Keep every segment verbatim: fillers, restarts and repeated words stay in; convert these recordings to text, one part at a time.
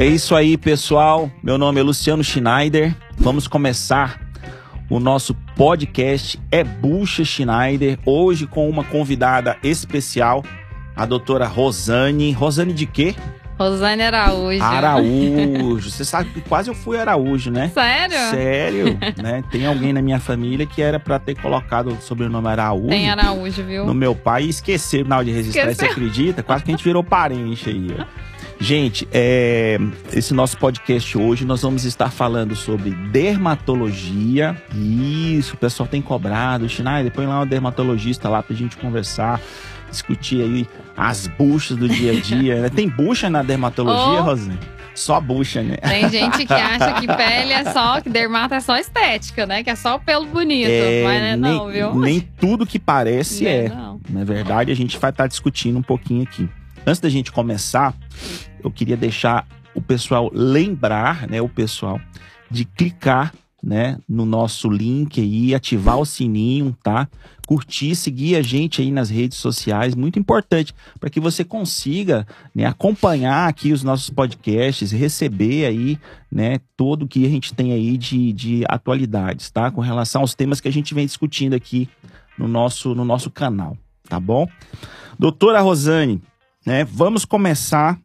É isso aí, pessoal. Meu nome é Luciano Schneider. Vamos começar o nosso podcast É Bucha Schneider. Hoje com uma convidada especial, a doutora Rosane. Rosane de quê? Rosane Araújo. Araújo. Você sabe que quase eu fui Araújo, né? Sério? Sério, né? Tem alguém na minha família que era pra ter colocado o sobrenome Araújo. Tem Araújo, viu? No meu pai e esqueceram na hora de registrar. Esqueceu. Você acredita? Quase que a gente virou parente aí, ó. Gente, é, esse nosso podcast hoje nós vamos estar falando sobre dermatologia. Isso, o pessoal tem cobrado. Schneider, põe lá um dermatologista lá pra gente conversar, discutir aí as buchas do dia a dia, né? Tem bucha na dermatologia, oh, Rosane? Só bucha, né? Tem gente que acha que pele é só, que dermato é só estética, né? Que é só o pelo bonito, é, mas não é nem, não, viu? Nem tudo que parece é. Não. Na verdade, a gente vai estar discutindo um pouquinho aqui. Antes da gente começar, eu queria deixar o pessoal lembrar, né, o pessoal, de clicar, né, no nosso link aí, ativar o sininho, tá? Curtir, seguir a gente aí nas redes sociais, muito importante, para que você consiga, né, acompanhar aqui os nossos podcasts, receber aí, né, tudo que a gente tem aí de, de atualidades, tá? Com relação aos temas que a gente vem discutindo aqui no nosso, no nosso canal, tá bom? Doutora Rosane, né, vamos começar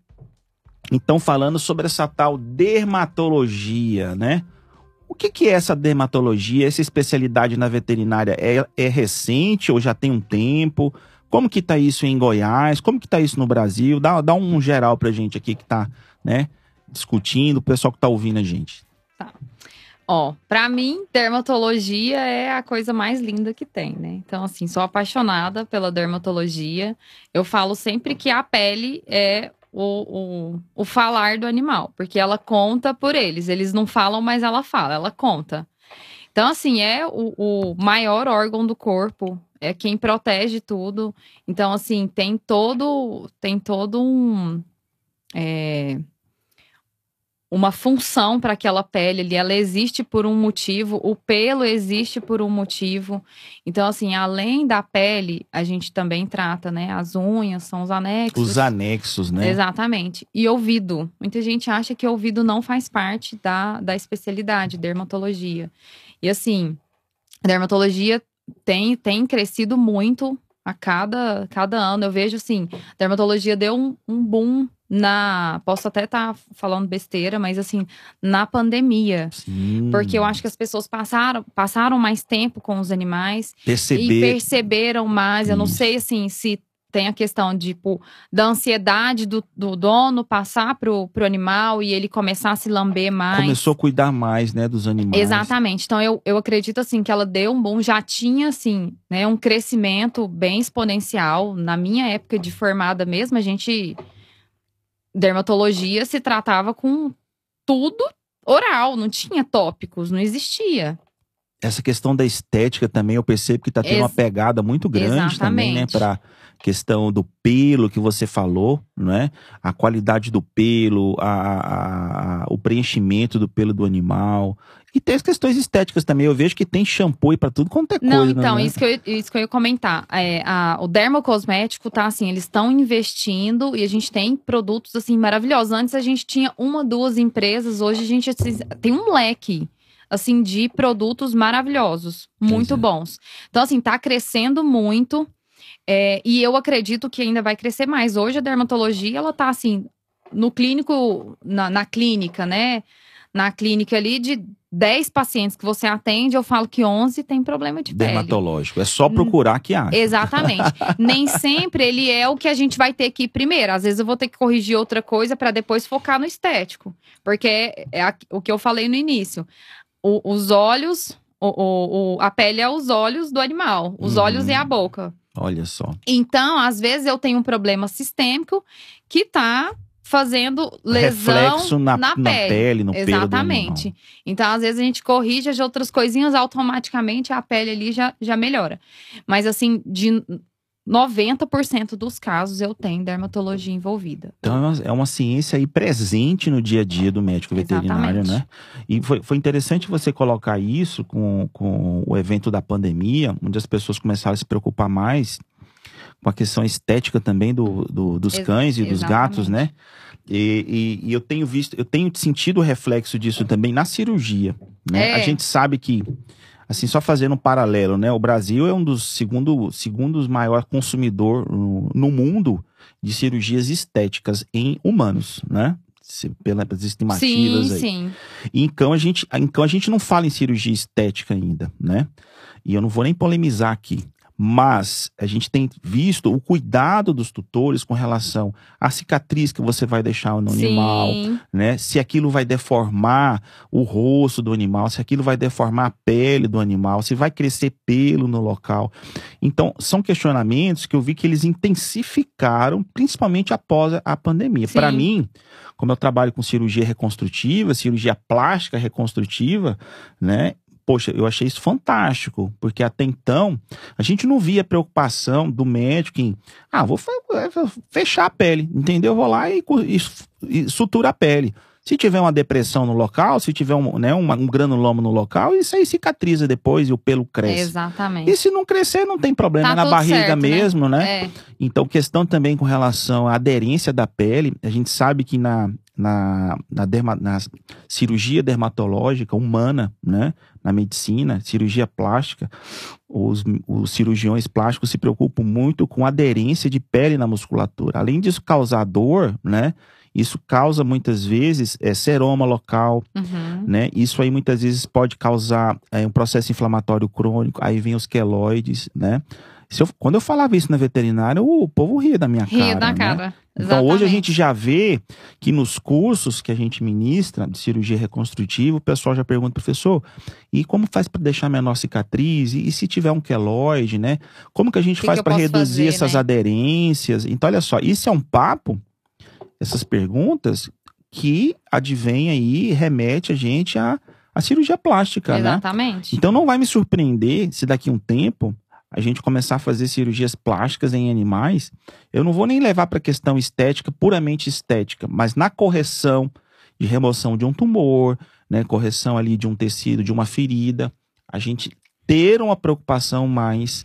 então falando sobre essa tal dermatologia, né? O que, que é essa dermatologia, essa especialidade na veterinária? É, é recente ou já tem um tempo? Como que tá isso em Goiás? Como que tá isso no Brasil? Dá, dá um geral pra gente aqui que tá, né, discutindo, o pessoal que tá ouvindo a gente. Tá. Ó, pra mim, dermatologia é a coisa mais linda que tem, né? Então, assim, sou apaixonada pela dermatologia. Eu falo sempre que a pele é o, o, o falar do animal, porque ela conta por eles. Eles não falam, mas ela fala, ela conta. Então, assim, é o, o maior órgão do corpo, é quem protege tudo. Então, assim, tem todo, tem todo um... É, uma função para aquela pele ali, ela existe por um motivo, o pelo existe por um motivo. Então, assim, além da pele, a gente também trata, né? As unhas, são os anexos. Os anexos, né? Exatamente. E ouvido. Muita gente acha que ouvido não faz parte da, da especialidade, dermatologia. E, assim, a dermatologia tem, tem crescido muito a cada, cada ano. Eu vejo, assim, a dermatologia deu um, um boom na... Posso até estar tá falando besteira, mas assim, na pandemia. Sim. Porque eu acho que as pessoas passaram, passaram mais tempo com os animais. Perceber. E perceberam mais. Isso. Eu não sei, assim, se tem a questão, tipo, da ansiedade do, do dono passar pro, pro animal e ele começar a se lamber mais. Começou a cuidar mais, né, dos animais. Exatamente. Então, eu, eu acredito, assim, que ela deu um boom. Já tinha, assim, né, um crescimento bem exponencial. Na minha época de formada mesmo, a gente... Dermatologia se tratava com tudo oral, não tinha tópicos, não existia. Essa questão da estética também, eu percebo que tá tendo Ex- uma pegada muito grande Exatamente. também, né? Pra questão do pelo que você falou, não é? A qualidade do pelo, a, a, a, o preenchimento do pelo do animal. E tem as questões estéticas também. Eu vejo que tem shampoo para tudo quanto é coisa. Não, então, né? isso, que eu, isso que eu ia comentar. É, a, o dermocosmético tá assim, eles estão investindo e a gente tem produtos assim maravilhosos. Antes a gente tinha uma, duas empresas, hoje a gente assim, tem um leque assim de produtos maravilhosos, muito Exato. bons. Então, assim, tá crescendo muito. É, e eu acredito que ainda vai crescer mais. Hoje a dermatologia, ela tá assim, no clínico, na, na clínica, né? Na clínica ali, de dez pacientes que você atende, eu falo que onze tem problema de pele. Dermatológico. É só procurar que acha. Exatamente. Nem sempre ele é o que a gente vai ter que ir primeiro. Às vezes eu vou ter que corrigir outra coisa para depois focar no estético. Porque é a, o que eu falei no início. O, os olhos, o, o, o, a pele é os olhos do animal. Os Uhum. olhos e a boca. Olha só. Então, às vezes eu tenho um problema sistêmico que tá fazendo lesão reflexo na, na, na pele. pele, no Exatamente. pelo do Então, às vezes a gente corrige as outras coisinhas, automaticamente a pele ali já, já melhora. Mas assim, de noventa por cento dos casos eu tenho dermatologia envolvida. Então é uma, é uma ciência aí presente no dia a dia do médico veterinário, Exatamente. né? E foi, foi interessante você colocar isso com, com o evento da pandemia, onde as pessoas começaram a se preocupar mais com a questão estética também do, do, dos Ex cães e dos gatos, exatamente. né? E, e, e eu tenho visto, eu tenho sentido o reflexo disso também na cirurgia, né? É. A gente sabe que, assim, só fazendo um paralelo, né? O Brasil é um dos segundo, segundos maior consumidor no, no mundo de cirurgias estéticas em humanos, né? Se- Pelas estimativas Sim, aí. sim. E em cão, a gente, em cão a gente não fala em cirurgia estética ainda, né? E eu não vou nem polemizar aqui. Mas a gente tem visto o cuidado dos tutores com relação à cicatriz que você vai deixar no animal, Sim. né? Se aquilo vai deformar o rosto do animal, se aquilo vai deformar a pele do animal, se vai crescer pelo no local. Então, são questionamentos que eu vi que eles intensificaram, principalmente após a- a pandemia. Sim. Para mim, como eu trabalho com cirurgia reconstrutiva, cirurgia plástica reconstrutiva, né? Poxa, eu achei isso fantástico, porque até então a gente não via preocupação do médico em, ah, vou fe- fechar a pele, entendeu? Vou lá e, cu- e su- e sutura a pele. Se tiver uma depressão no local, se tiver um, né, uma- um granuloma no local, isso aí cicatriza depois e o pelo cresce. Exatamente. E se não crescer, não tem problema, Tá é na tudo barriga certo, né? mesmo, né? É. Então, questão também com relação à aderência da pele, a gente sabe que na, na, na, derma- na cirurgia dermatológica humana, né, na medicina, cirurgia plástica, os, os cirurgiões plásticos se preocupam muito com aderência de pele na musculatura. Além disso causar dor, né, isso causa muitas vezes é, seroma local, Uhum. né? Isso aí muitas vezes pode causar é, um processo inflamatório crônico, aí vem os queloides, né? Se eu- quando eu falava isso na veterinária, o, o povo ria da minha Rio cara, da né? cara. Então hoje a Exatamente. gente já vê que nos cursos que a gente ministra de cirurgia reconstrutiva, o pessoal já pergunta, professor, e como faz para deixar menor cicatriz? E, e se tiver um queloide, né? Como que a gente Que faz que eu para posso reduzir fazer, essas né? aderências? Então olha só, isso é um papo, essas perguntas que advém aí, remete a gente à, à cirurgia plástica, né? Exatamente. Então não vai me surpreender se daqui a um tempo a gente começar a fazer cirurgias plásticas em animais. Eu não vou nem levar para a questão estética, puramente estética, mas na correção de remoção de um tumor, né, correção ali de um tecido, de uma ferida, a gente ter uma preocupação mais,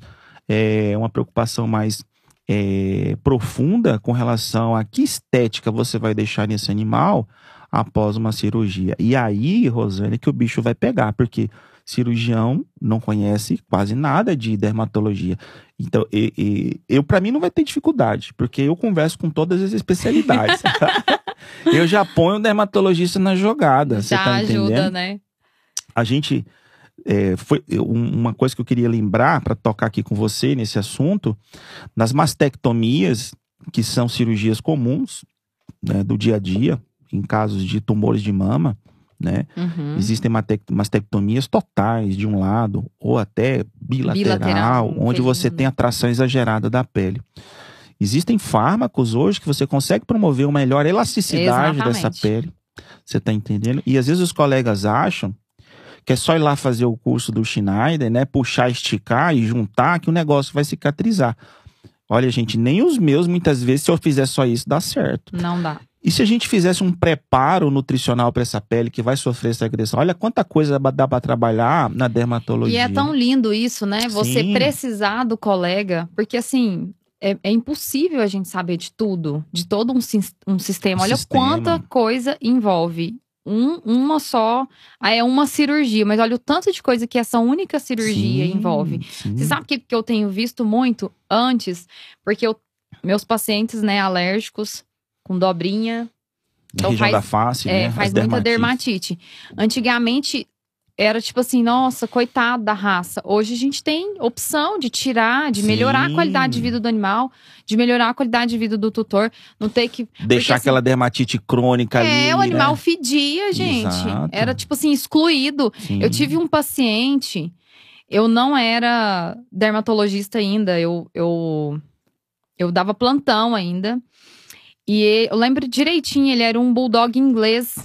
é, uma preocupação mais é, profunda com relação a que estética você vai deixar nesse animal após uma cirurgia. E aí, Rosane, que o bicho vai pegar, porque cirurgião não conhece quase nada de dermatologia. Então, e, e, eu para mim não vai ter dificuldade, porque eu converso com todas as especialidades. Eu já ponho o dermatologista na jogada, você Já tá ajuda, entendendo? né? A gente é, foi um- uma coisa que eu queria lembrar para tocar aqui com você nesse assunto, nas mastectomias, que são cirurgias comuns, né, do dia a dia, em casos de tumores de mama, né? Uhum. Existem mate- mastectomias totais de um lado, ou até bilateral, Bilateral, onde você felino. tem atração exagerada da pele. Existem fármacos hoje que você consegue promover uma melhor elasticidade dessa Exatamente. pele. Você tá entendendo? E às vezes os colegas acham que é só ir lá fazer o curso do Schneider, né? Puxar, esticar e juntar que o negócio vai cicatrizar. Olha, gente, nem os meus, muitas vezes, se eu fizer só isso, dá certo. Não dá. E se a gente fizesse um preparo nutricional para essa pele que vai sofrer essa agressão? Olha quanta coisa dá para trabalhar na dermatologia. E é tão lindo isso, né? Você Sim. precisar do colega, porque assim, é, é impossível a gente saber de tudo, de todo um, sis- um sistema. Um Olha sistema. quanta coisa envolve. Um, uma só, aí é uma cirurgia, mas olha o tanto de coisa que essa única cirurgia Sim, envolve. sim. Você sabe o que, que eu tenho visto muito antes? Porque eu- meus pacientes, né, alérgicos, com dobrinha, Na então região faz- da face, é, né? faz As muita dermatites. dermatite. Antigamente era tipo assim, nossa, coitado da raça. Hoje a gente tem opção de tirar, de melhorar a Sim. qualidade de vida do animal, de melhorar a qualidade de vida do tutor. Não ter que. Deixar porque, aquela dermatite crônica ali, É, o animal né? fedia, gente. Exato. Era tipo assim, excluído. Sim. Eu tive um paciente, eu não era dermatologista ainda, eu, eu, eu dava plantão ainda. E e- eu lembro direitinho, ele era um bulldog inglês.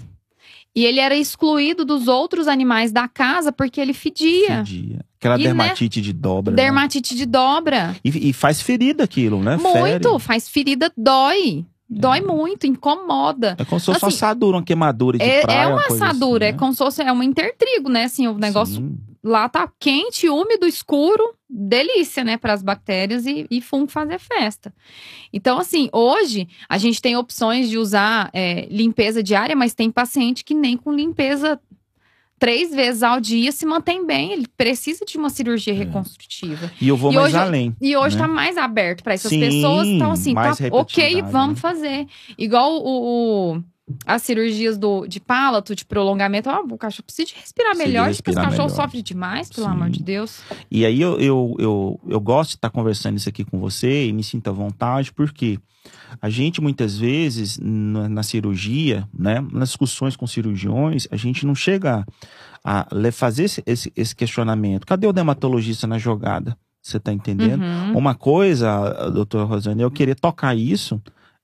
E ele era excluído dos outros animais da casa porque ele fedia. Fedia. Aquela E, né, dermatite de dobra, né? Dermatite de dobra. E, e faz ferida aquilo, né? Muito, Fere. faz ferida, dói. Dói muito, incomoda. É como se fosse uma Assim, assadura, uma queimadura de É, praia. é uma coisa assadura, assim, é né? como se fosse é um intertrigo, né? Assim, o negócio Sim. lá tá quente, úmido, escuro, delícia, né, para as bactérias e, e fungo fazer festa. Então, assim, hoje a gente tem opções de usar é, limpeza diária, mas tem paciente que nem com limpeza três vezes ao dia se mantém bem, ele precisa de uma cirurgia é. reconstrutiva. E eu vou e mais hoje, além. E hoje né? tá mais aberto para essas Sim, pessoas. Então, assim, tá ok, vamos né? fazer. Igual o, o, as cirurgias do, de palato, de prolongamento. Ah, o cachorro precisa de respirar precisa melhor, porque os cachorros sofrem demais, pelo Sim. amor de Deus. E aí eu, eu, eu, eu gosto de estar conversando isso aqui com você e me sinto à vontade, porque a gente, muitas vezes, na, na cirurgia, né, nas discussões com cirurgiões, a gente não chega a, a fazer esse, esse, esse questionamento. Cadê o dermatologista na jogada? Você tá entendendo? Uhum. Uma coisa, doutora Rosane, eu querer tocar isso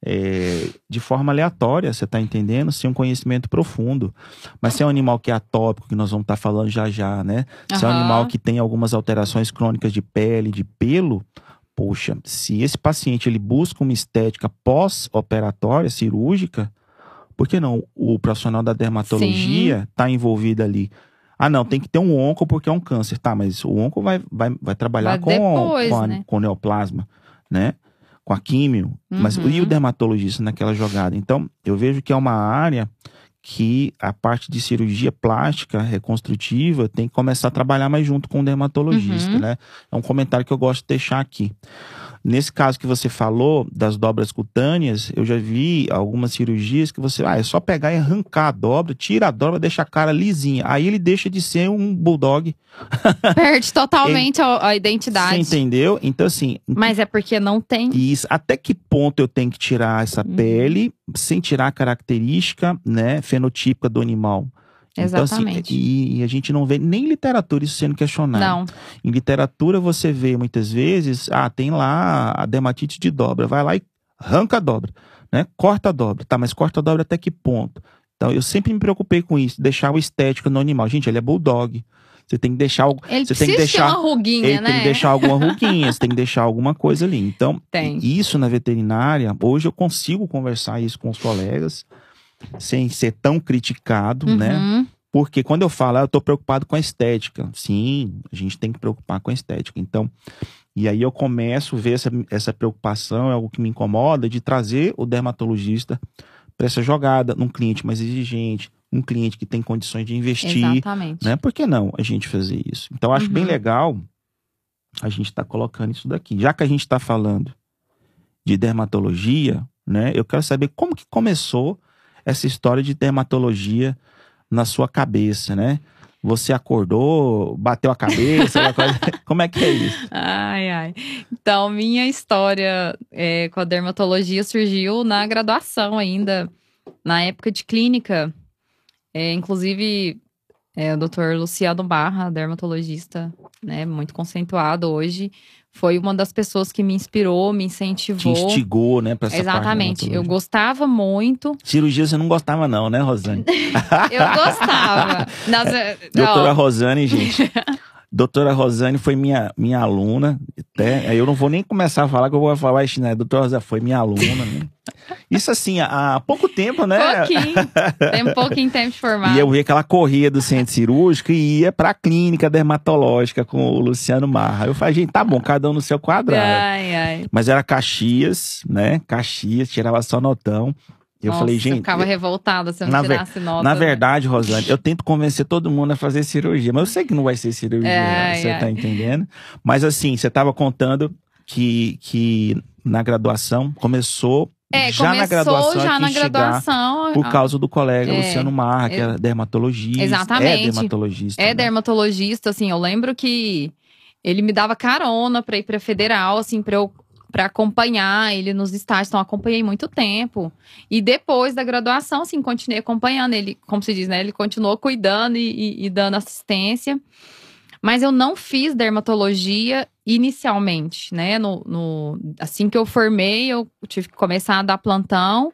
é, de forma aleatória, você tá entendendo? Sem um conhecimento profundo. Mas se é um animal que é atópico, que nós vamos estar tá falando já já, né? Uhum. Se é um animal que tem algumas alterações crônicas de pele, de pelo, poxa, se esse paciente ele busca uma estética pós-operatória, cirúrgica, por que não o profissional da dermatologia está envolvido ali? Ah, não, tem que ter um onco porque é um câncer. Tá, mas o onco vai, vai, vai trabalhar vai com, depois, com, a, né? com o neoplasma, né? Com a químio. Uhum. Mas e o dermatologista naquela jogada? Então, eu vejo que é uma área que a parte de cirurgia plástica reconstrutiva tem que começar a trabalhar mais junto com o dermatologista, uhum. né? É um comentário que eu gosto de deixar aqui. Nesse caso que você falou das dobras cutâneas, eu já vi algumas cirurgias que você, ah, é só pegar e arrancar a dobra, tira a dobra, deixa a cara lisinha. Aí ele deixa de ser um bulldog. Perde totalmente ele, a identidade. Você entendeu? Então assim... Mas é porque não tem. Isso. Até que ponto eu tenho que tirar essa uhum. pele sem tirar a característica, né, fenotípica do animal? Exatamente. Então, assim, e, e a gente não vê nem literatura isso sendo questionado. Não. Em literatura você vê muitas vezes, ah, tem lá a dermatite de dobra, vai lá e arranca a dobra, né? Corta a dobra, tá, mas corta a dobra até que ponto? Então eu sempre me preocupei com isso, deixar o estético no animal. Gente, ele é bulldog. Você tem que deixar algo. Ele você precisa tem que deixar ter uma ruguinha, ele né? tem que deixar alguma ruguinha, você tem que deixar alguma coisa ali. Então, tem. isso na veterinária, hoje eu consigo conversar isso com os colegas sem ser tão criticado, uhum. né? Porque quando eu falo, ah, eu tô preocupado com a estética. Sim, a gente tem que preocupar com a estética. Então, e aí eu começo a ver essa, essa preocupação, é algo que me incomoda, de trazer o dermatologista para essa jogada, num cliente mais exigente, um cliente que tem condições de investir. Exatamente. Né? Por que não a gente fazer isso? Então, eu acho uhum. bem legal a gente estar tá colocando isso daqui. Já que a gente está falando de dermatologia, né? Eu quero saber como que começou essa história de dermatologia na sua cabeça, né? Você acordou, bateu a cabeça, coisa... como é que é isso? Ai, ai. Então, minha história é, com a dermatologia surgiu na graduação ainda, na época de clínica. É, inclusive, é, o doutor Luciano Barra, dermatologista, né, muito conceituado hoje, foi uma das pessoas que me inspirou, me incentivou. Te instigou, né, pra essa Exatamente. parte eu gostava muito. Cirurgia você não gostava não, né, Rosane? Eu gostava. Nossa, Doutora não. Rosane, gente. Doutora Rosane foi minha, minha aluna. Até, aí eu não vou nem começar a falar que eu vou falar isso, né? Doutora Rosane foi minha aluna, né? Isso assim, há pouco tempo, né? Pouquinho. Tem um pouquinho tempo de formado. E eu vi que ela corria do centro cirúrgico e ia pra clínica dermatológica com o Luciano Marra. Eu falei, gente, tá bom, cada um no seu quadrado. Ai, ai. Mas era Caxias, né? Caxias, tirava só notão. Eu Nossa, falei, gente. Eu ficava eu... revoltada se eu não na tirasse nota. Na verdade, né? Rosane, eu tento convencer todo mundo a fazer cirurgia, mas eu sei que não vai ser cirurgia, é, você é. tá entendendo? Mas assim, você tava contando que, que na graduação começou. É, já na graduação, já na graduação, por causa do colega é, Luciano Marra, que é, era dermatologista. Exatamente. É dermatologista. É né? dermatologista, assim, eu lembro que ele me dava carona pra ir pra federal, assim, pra eu pra acompanhar ele nos estágios. Então, eu acompanhei muito tempo. E depois da graduação, assim, continuei acompanhando ele, como se diz, né? Ele continuou cuidando e, e, e dando assistência. Mas eu não fiz dermatologia inicialmente, né? No, no, assim que eu formei, eu tive que começar a dar plantão.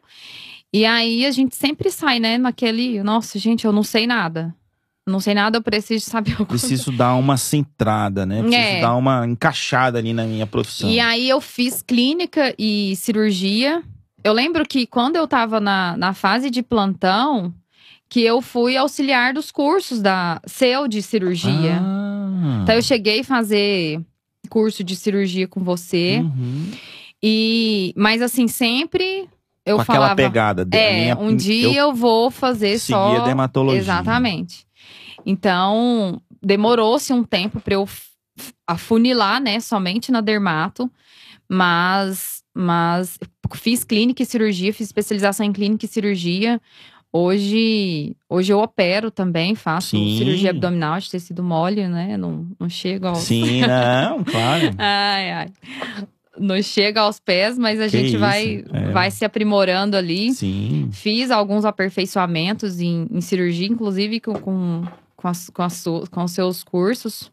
E aí, a gente sempre sai, né? Naquele, nossa, gente, eu não sei nada. Não sei nada, eu preciso saber o Preciso dar uma centrada, né? Preciso é. dar uma encaixada ali na minha profissão. E aí, eu fiz clínica e cirurgia. Eu lembro que quando eu tava na, na fase de plantão, que eu fui auxiliar dos cursos da C E U de cirurgia. Ah. Então eu cheguei a fazer curso de cirurgia com você. Uhum. E, mas assim, sempre eu com falava… aquela pegada. De, É, minha, um dia eu, eu vou fazer seguir só… a dermatologia. Exatamente. Então, demorou-se um tempo para eu afunilar, né, somente na dermato. Mas, mas fiz clínica e cirurgia, fiz especialização em clínica e cirurgia. Hoje, hoje eu opero também, faço Sim. cirurgia abdominal de tecido mole, né? Não, não chego aos… Sim, não, claro. Ai, ai. Não chega aos pés, mas a Que gente isso, vai, é. vai se aprimorando ali. Sim. Fiz alguns aperfeiçoamentos em, em cirurgia, inclusive com, com, com, as, com, as, com os seus cursos.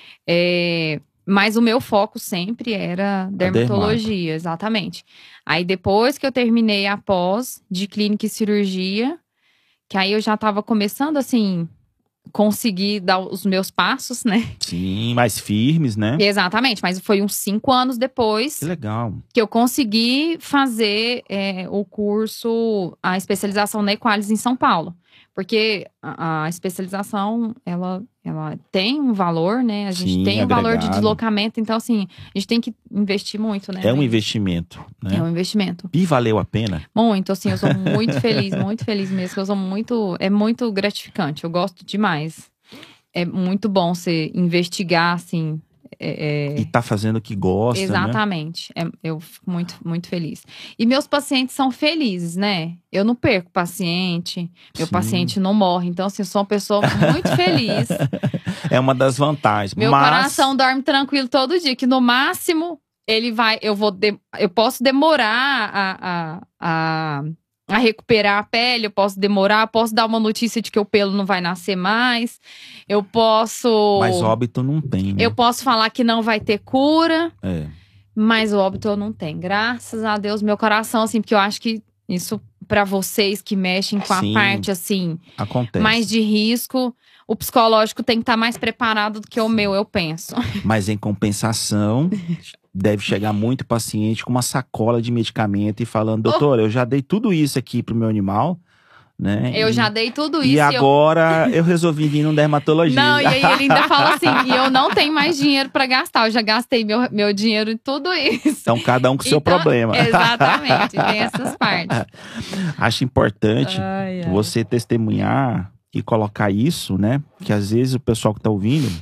É, mas o meu foco sempre era dermatologia, exatamente. Aí depois que eu terminei a pós de clínica e cirurgia, que aí eu já estava começando, assim, conseguir dar os meus passos, né? Sim, mais firmes, né? Exatamente, mas foi uns cinco anos depois Que legal. que eu consegui fazer é, o curso, a especialização na Equalis em São Paulo. Porque a, a especialização, ela, ela tem um valor, né? A gente Sim, tem um valor de agregado. deslocamento. Então, assim, a gente tem que investir muito, né? É um Mas investimento, né? É um investimento. E valeu a pena? Muito, assim, eu sou muito feliz, muito feliz mesmo. Eu sou muito, é muito gratificante, eu gosto demais. É muito bom você investigar, assim… É, é... E tá fazendo o que gosta, Exatamente. né? É, eu fico muito, muito feliz. E meus pacientes são felizes, né? Eu não perco paciente, meu Sim. paciente não morre. Então, assim, eu sou uma pessoa muito feliz. É uma das vantagens. Meu mas... coração dorme tranquilo todo dia, que no máximo ele vai, eu vou, de, eu posso demorar a, a, a, a recuperar a pele, eu posso demorar, posso dar uma notícia de que o pelo não vai nascer mais, eu posso… Mas óbito não tem, né? Eu posso falar que não vai ter cura, É. mas o óbito não tem. Graças a Deus, meu coração, assim, porque eu acho que isso, pra vocês que mexem com Sim, a parte, assim, acontece. mais de risco, o psicológico tem que estar mais preparado do que o meu, eu penso. Mas em compensação, deve chegar muito paciente com uma sacola de medicamento e falando, doutor, eu já dei tudo isso aqui pro meu animal, né? Eu e, já dei tudo isso. E agora eu... eu resolvi vir num dermatologista. Não, e aí ele ainda fala assim, e eu não tenho mais dinheiro pra gastar, eu já gastei meu, meu dinheiro em tudo isso. Então cada um com o seu então, problema. Exatamente, tem essas partes. Acho importante ai, ai. você testemunhar e colocar isso, né? Que às vezes o pessoal que tá ouvindo,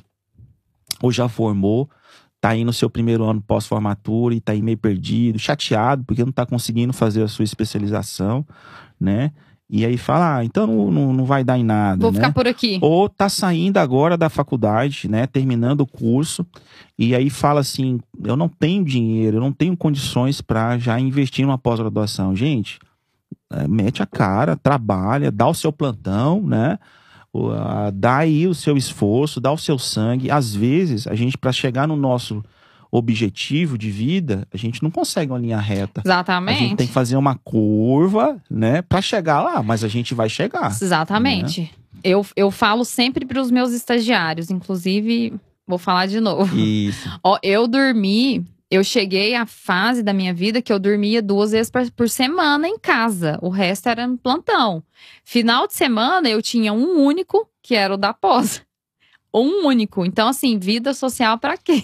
ou já formou, tá aí no seu primeiro ano pós-formatura e tá aí meio perdido, chateado, porque não tá conseguindo fazer a sua especialização, né? E aí fala, ah, então não, não, não vai dar em nada, Vou né? ficar por aqui. Ou tá saindo agora da faculdade, né? Terminando o curso, e aí fala assim, eu não tenho dinheiro, eu não tenho condições para já investir numa pós-graduação. Gente, é, mete a cara, trabalha, dá o seu plantão, né? O, a, dá aí o seu esforço, dá o seu sangue. Às vezes, a gente, para chegar no nosso objetivo de vida, a gente não consegue uma linha reta. Exatamente. A gente tem que fazer uma curva, né, para chegar lá, mas a gente vai chegar. Exatamente. Né? Eu, eu falo sempre para os meus estagiários, inclusive, vou falar de novo. Isso. Ó, eu dormi, eu cheguei à fase da minha vida que eu dormia duas vezes por, por semana em casa. O resto era no plantão. Final de semana eu tinha um único, que era o da pós. Um único. Então, assim, vida social para quê?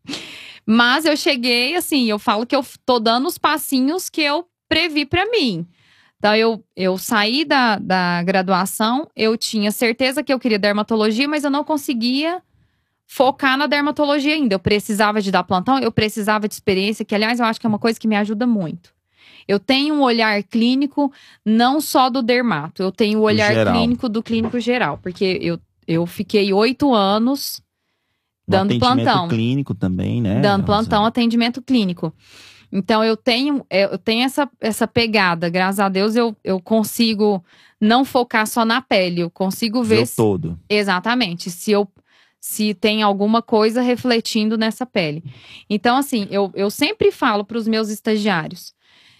Mas eu cheguei, assim, eu falo que eu tô dando os passinhos que eu previ para mim. Então, eu, eu saí da, da graduação, eu tinha certeza que eu queria dermatologia, mas eu não conseguia focar na dermatologia ainda. Eu precisava de dar plantão, eu precisava de experiência, que, aliás, eu acho que é uma coisa que me ajuda muito. Eu tenho um olhar clínico, não só do dermato, eu tenho o olhar geral. clínico do clínico geral, porque eu, eu fiquei oito anos dando atendimento plantão. clínico também, né? Dando plantão, atendimento clínico. Então, eu tenho, eu tenho essa, essa pegada. Graças a Deus, eu, eu consigo não focar só na pele. Eu consigo ver… Ver se, todo. Exatamente. Se, eu, se tem alguma coisa refletindo nessa pele. Então, assim, eu, eu sempre falo para os meus estagiários.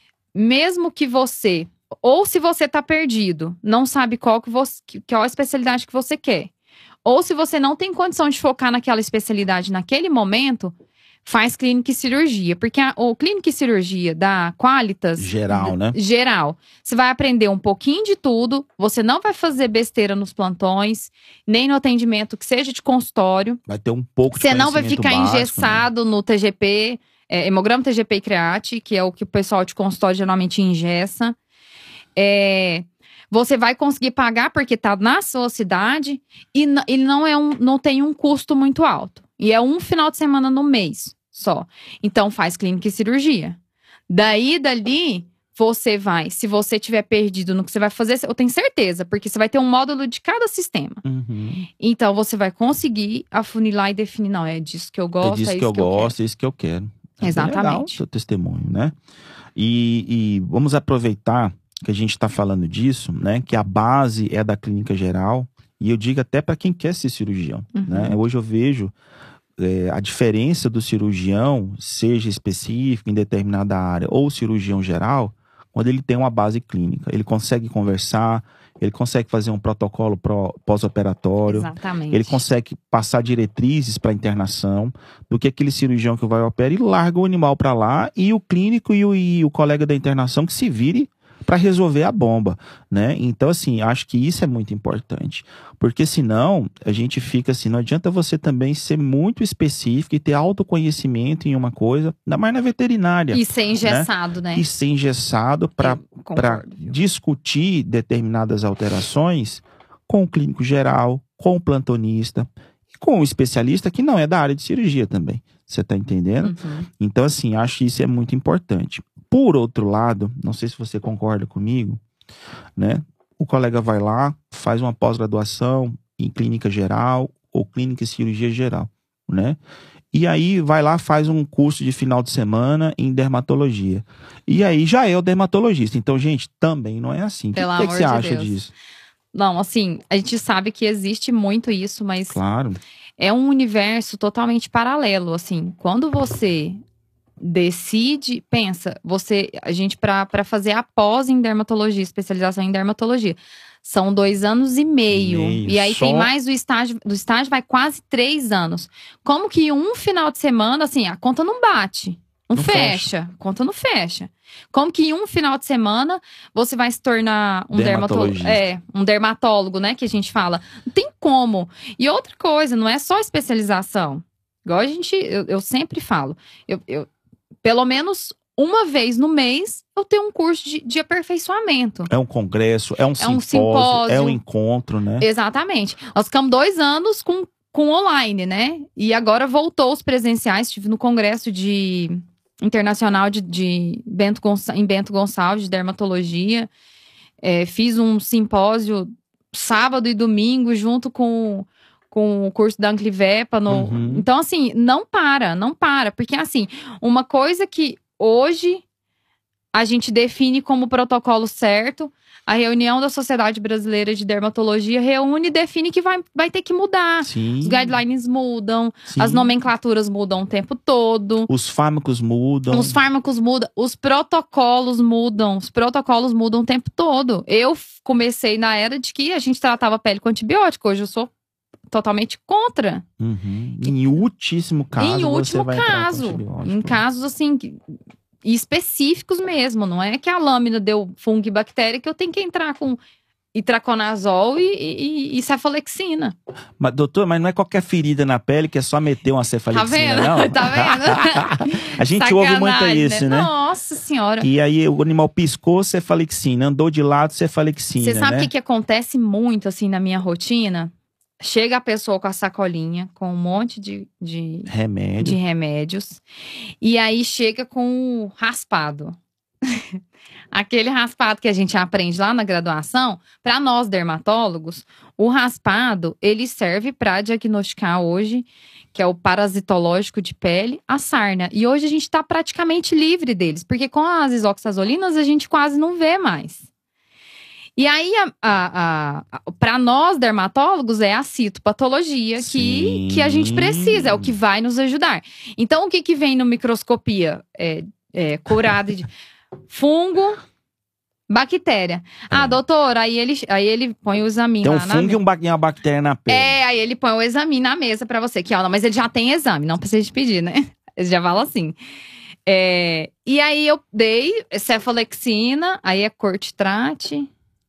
Mesmo que você… Ou se você tá perdido, não sabe qual, que você, qual a especialidade que você quer. Ou se você não tem condição de focar naquela especialidade naquele momento, faz clínica e cirurgia. Porque a, o clínica e cirurgia da Qualitas… Geral, né? Geral. Você vai aprender um pouquinho de tudo. Você não vai fazer besteira nos plantões, nem no atendimento que seja de consultório. Vai ter um pouco de Você não vai ficar básico, engessado, né, no T G P, é, hemograma, T G P e create, que é o que o pessoal de consultório geralmente engessa. É… Você vai conseguir pagar porque tá na sua cidade e, e não, é um, não tem um custo muito alto. E é um final de semana no mês só. Então faz clínica e cirurgia. Daí, dali, você vai… Se você tiver perdido no que você vai fazer, eu tenho certeza. Porque você vai ter um módulo de cada sistema. Uhum. Então você vai conseguir afunilar e definir. Não, é disso que eu gosto, é disso é que isso eu que eu gosto, quero. é isso que eu quero. É Exatamente. legal o seu testemunho, né? E, e vamos aproveitar que a gente está falando disso, né? Que a base é da clínica geral. E eu digo até para quem quer ser cirurgião, Uhum. né? Hoje eu vejo é, a diferença do cirurgião, seja específico em determinada área, ou cirurgião geral, quando ele tem uma base clínica. Ele consegue conversar, ele consegue fazer um protocolo pós-operatório. Exatamente. Ele consegue passar diretrizes para internação, do que aquele cirurgião que vai operar e larga o animal para lá, e o clínico e o, e o colega da internação que se vire para resolver a bomba, né? Então, assim, acho que isso é muito importante. Porque senão, a gente fica assim, não adianta você também ser muito específico e ter autoconhecimento em uma coisa, ainda mais na veterinária. E ser engessado, né? né? E ser engessado para discutir determinadas alterações com o clínico geral, com o plantonista e com o especialista que não é da área de cirurgia também. Você tá entendendo? Uhum. Então, assim, acho que isso é muito importante. Por outro lado, não sei se você concorda comigo, né? O colega vai lá, faz uma pós-graduação em clínica geral ou clínica e cirurgia geral, né? E aí vai lá, faz um curso de final de semana em dermatologia. E aí já é o dermatologista. Então, gente, também não é assim. O que, que, que você acha disso? Não, assim, a gente sabe que existe muito isso, mas… Claro. É um universo totalmente paralelo, assim. Quando você decide, pensa, você, a gente para fazer a pós em dermatologia, especialização em dermatologia, são dois anos e meio. meio e aí só... tem mais o estágio, do estágio vai quase três anos. Como que um final de semana, assim, a conta não bate. Não, não fecha. fecha. A conta não fecha. Como que em um final de semana você vai se tornar um dermatologista? É, um dermatólogo, né? Que a gente fala. Não tem como. E outra coisa, não é só especialização. Igual a gente, eu, eu sempre falo. Eu, eu, pelo menos uma vez no mês, eu tenho um curso de, de aperfeiçoamento. É um congresso, é um, é simpósio, um simpósio, é um encontro, né? Exatamente. Nós ficamos dois anos com, com online, né? E agora voltou os presenciais. Estive no congresso de… internacional de, de Bento Gonçalves, em Bento Gonçalves, de dermatologia. É, fiz um simpósio sábado e domingo, junto com, com o curso da Anclivepa. No... Uhum. Então, assim, não para, não para. Porque, assim, uma coisa que hoje a gente define como protocolo certo, a reunião da Sociedade Brasileira de Dermatologia reúne e define que vai, vai ter que mudar. Sim. Os guidelines mudam, Sim. as nomenclaturas mudam o tempo todo. Os fármacos mudam. Os fármacos mudam, os protocolos mudam, os protocolos mudam o tempo todo. Eu comecei na era de que a gente tratava a pele com antibiótico, hoje eu sou totalmente contra. Uhum. Em ultíssimo caso, em último você vai caso, entrar com em casos assim… específicos mesmo, não é que a lâmina deu fungo e bactéria que eu tenho que entrar com itraconazol e, e, e cefalexina. Mas, doutor, mas não é qualquer ferida na pele que é só meter uma cefalexina, tá vendo? não? Tá vendo? A gente Sacanagem, ouve muito isso, né? Nossa senhora. E aí o animal piscou, cefalexina, andou de lado, cefalexina, Você sabe o né? que, que acontece muito assim na minha rotina? Chega a pessoa com a sacolinha, com um monte de, de, Remédio. de remédios. E aí chega com o raspado. Aquele raspado que a gente aprende lá na graduação, para nós dermatólogos, o raspado, ele serve para diagnosticar hoje, que é o parasitológico de pele, a sarna. E hoje a gente está praticamente livre deles, porque com as isoxazolinas a gente quase não vê mais. E aí, a, a, a, para nós dermatólogos, é a citopatologia que, que a gente precisa, é o que vai nos ajudar. Então, o que, que vem no microscopia? É, é curado de fungo, bactéria. Ah, doutor, aí ele, aí ele põe o exame Tem um na, fungo na... e um ba- e uma bactéria na pele. É, aí ele põe o exame na mesa pra você. Que, ó, não, mas ele já tem exame, não precisa de pedir, né? Eles já falam assim. É, e aí eu dei cefalexina, aí é cortitrate,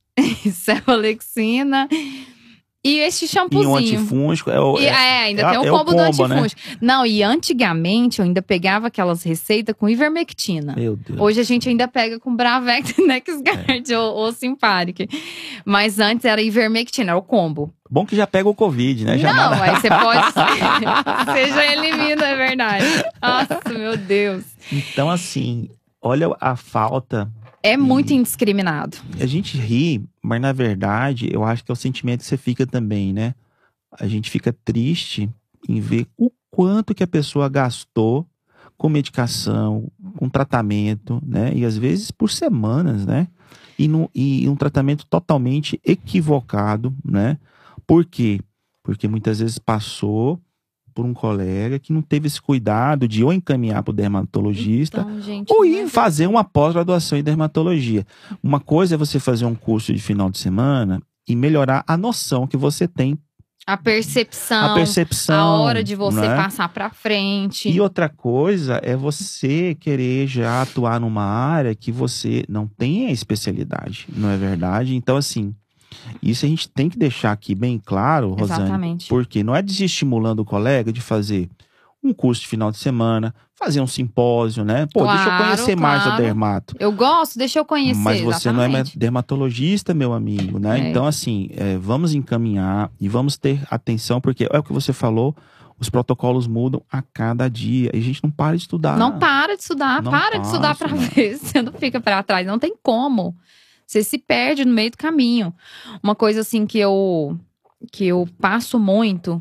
cefalexina e esse E um shampoozinho. antifúngico. É, o, E, é, é, ainda é, tem o é combo, o do combo, né? antifúngico. Não, e antigamente eu ainda pegava aquelas receitas com ivermectina. Meu Deus. Hoje a gente ainda pega com Bravex, NexGard É. ou, ou Simparic. Mas antes era ivermectina, era o combo. Bom que já pega o Covid, né? Já Não, nada... aí você pode… Você já elimina, é verdade. Nossa, meu Deus. Então, assim, olha a falta… É muito E indiscriminado. a gente ri, mas na verdade, eu acho que é o sentimento que você fica também, né? A gente fica triste em ver o quanto que a pessoa gastou com medicação, com tratamento, né? E às vezes por semanas, né? E, no, e um tratamento totalmente equivocado, né? Por quê? Porque muitas vezes passou por um colega que não teve esse cuidado de ou encaminhar para o dermatologista, Então, gente, ou não ir é fazer uma pós-graduação em dermatologia. Uma coisa é você fazer um curso de final de semana e melhorar a noção que você tem, A percepção, a percepção, a hora de você né? passar pra frente. E outra coisa é você querer já atuar numa área que você não tem a especialidade, não é verdade? Então, assim, isso a gente tem que deixar aqui bem claro, Rosane, Exatamente. porque não é desestimulando o colega de fazer um curso de final de semana, fazer um simpósio, né? Pô, deixa eu Claro, conhecer mais o claro. dermato. Eu gosto, deixa eu conhecer. Mas você não é exatamente. dermatologista, meu amigo, né? É. Então, assim, é, vamos encaminhar e vamos ter atenção, porque é o que você falou, os protocolos mudam a cada dia. E a gente não para de estudar. Não para de estudar, Não para para de estudar de pra estudar. ver. Você não fica pra trás, não tem como. Você se perde no meio do caminho. Uma coisa assim que eu, que eu passo muito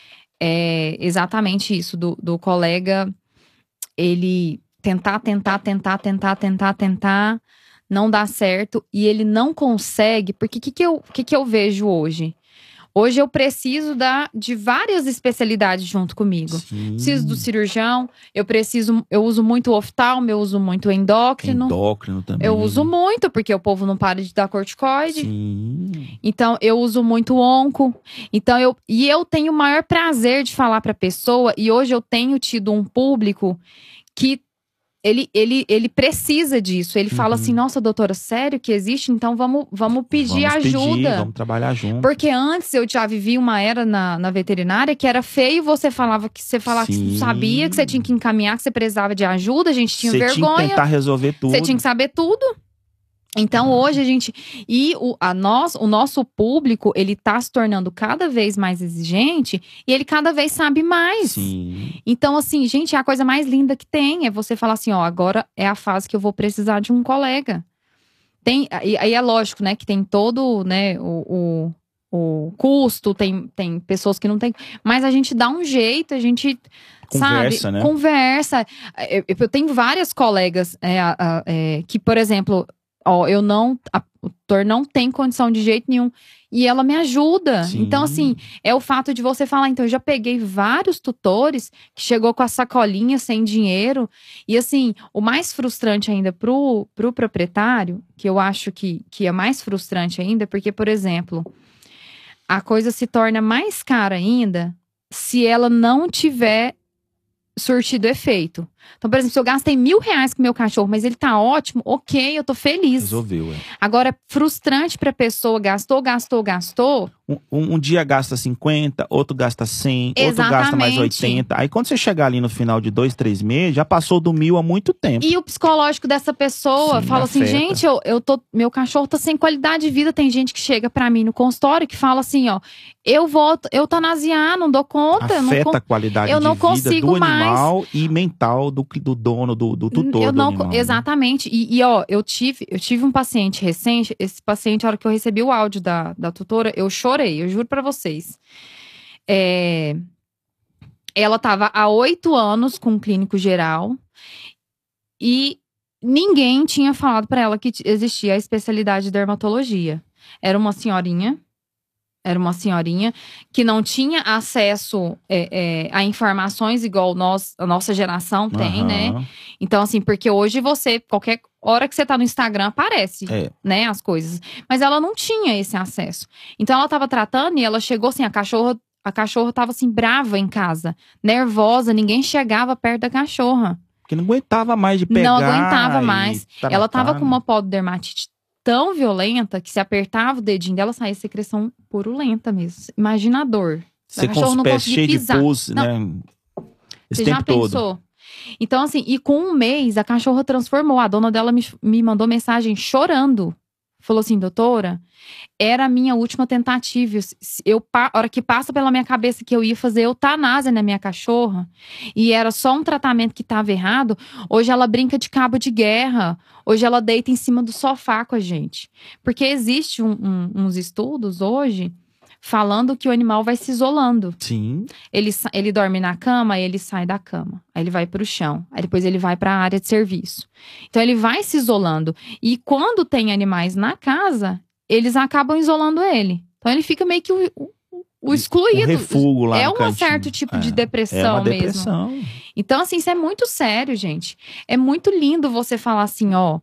é exatamente isso, do, do colega, ele tentar, tentar, tentar, tentar, tentar, tentar, não dá certo, e ele não consegue, porque o que, que, eu, que, que eu vejo hoje? Hoje eu preciso da, de várias especialidades junto comigo. Sim. Preciso do cirurgião, eu preciso, eu uso muito o oftalmo, eu uso muito o endócrino. Endócrino também. Eu uso muito, porque o povo não para de dar corticoide. Sim. Então, eu uso muito onco. Então, eu, e eu tenho o maior prazer de falar pra pessoa. E hoje eu tenho tido um público que ele, ele, ele precisa disso. Ele fala Uhum. assim, nossa, doutora, sério que existe? Então, vamos, vamos pedir Vamos ajuda. pedir, vamos trabalhar junto. Porque antes eu já vivi uma era na, na veterinária que era feio, você falava que você falava que você não Sim. sabia, que você tinha que encaminhar, que você precisava de ajuda, a gente tinha Você vergonha. tinha que tentar resolver tudo. Você tinha que saber tudo. Então hoje a gente… E o, a nós, o nosso público, ele tá se tornando cada vez mais exigente e ele cada vez sabe mais. Sim. Então assim, gente, é a coisa mais linda que tem. É você falar assim, ó, agora é a fase que eu vou precisar de um colega. Tem, aí aí é lógico, né, que tem todo, né, o, o, o custo, tem, tem pessoas que não tem… Mas a gente dá um jeito, a gente… Conversa, sabe? né? Conversa. Eu, eu tenho várias colegas é, é, que, por exemplo… Ó, eu não… A, o doutor não tem condição de jeito nenhum. E ela me ajuda. Sim. Então, assim, é o fato de você falar… Então, eu já peguei vários tutores que chegou com a sacolinha sem dinheiro. E, assim, o mais frustrante ainda pro, pro proprietário, que eu acho que, que é mais frustrante ainda, porque, por exemplo, a coisa se torna mais cara ainda se ela não tiver surtido efeito. Então, por exemplo, se eu gastei mil reais com meu cachorro, mas ele tá ótimo, ok, eu tô feliz. Resolveu, é. Agora, é frustrante pra pessoa, gastou, gastou, gastou. Um, um, um dia gasta cinquenta, outro gasta cem, outro Exatamente. gasta mais oitenta. Aí quando você chegar ali no final de dois, três meses, já passou do mil há muito tempo. E o psicológico dessa pessoa Sim, fala assim, afeta. gente, eu, eu tô, meu cachorro tá sem qualidade de vida. Tem gente que chega pra mim no consultório que fala assim, ó, eu vou eutanasiar, não dou conta. Eu não, Afeta con- a qualidade eu de não vida consigo do mais. animal e mental do, do dono, do, do tutor eu do não, animal. né? Exatamente. E, e, ó, eu tive, eu tive um paciente recente. Esse paciente, a hora que eu recebi o áudio da, da tutora, eu chorei, eu juro pra vocês. É, ela tava há oito anos com um clínico geral e ninguém tinha falado pra ela que t- existia a especialidade de dermatologia. Era uma senhorinha. Era uma senhorinha que não tinha acesso é, é, a informações igual nós, a nossa geração tem, Aham. né? Então, assim, porque hoje você, qualquer hora que você tá no Instagram, aparece, É. né, as coisas. Mas ela não tinha esse acesso. Então, ela tava tratando e ela chegou assim, a cachorra, a cachorra tava assim, brava em casa, nervosa, ninguém chegava perto da cachorra. Porque não aguentava mais de pegar. Não aguentava mais. Tratar, ela tava né? com uma pododermatite tão violenta que se apertava o dedinho dela, saía secreção purulenta mesmo. Imagina a dor. Você com os pés cheios de pus, né? Esse Você tempo já todo. pensou? Então, assim, e com um mês, a cachorra transformou. A dona dela me, me mandou mensagem chorando. Falou assim, doutora, era a minha última tentativa. Eu, a hora que passa pela minha cabeça que eu ia fazer eutanásia na minha cachorra, e era só um tratamento que estava errado, hoje ela brinca de cabo de guerra. Hoje ela deita em cima do sofá com a gente. Porque existe um, um, uns estudos hoje falando que o animal vai se isolando. Sim. Ele, ele dorme na cama, aí ele sai da cama. Aí ele vai pro chão. Aí depois ele vai pra área de serviço. Então ele vai se isolando. E quando tem animais na casa, eles acabam isolando ele. Então ele fica meio que o, o, o excluído. Um refúgio lá é no um cantinho. certo tipo é. de depressão é uma mesmo. depressão. Então assim, isso é muito sério, gente. É muito lindo você falar assim, ó.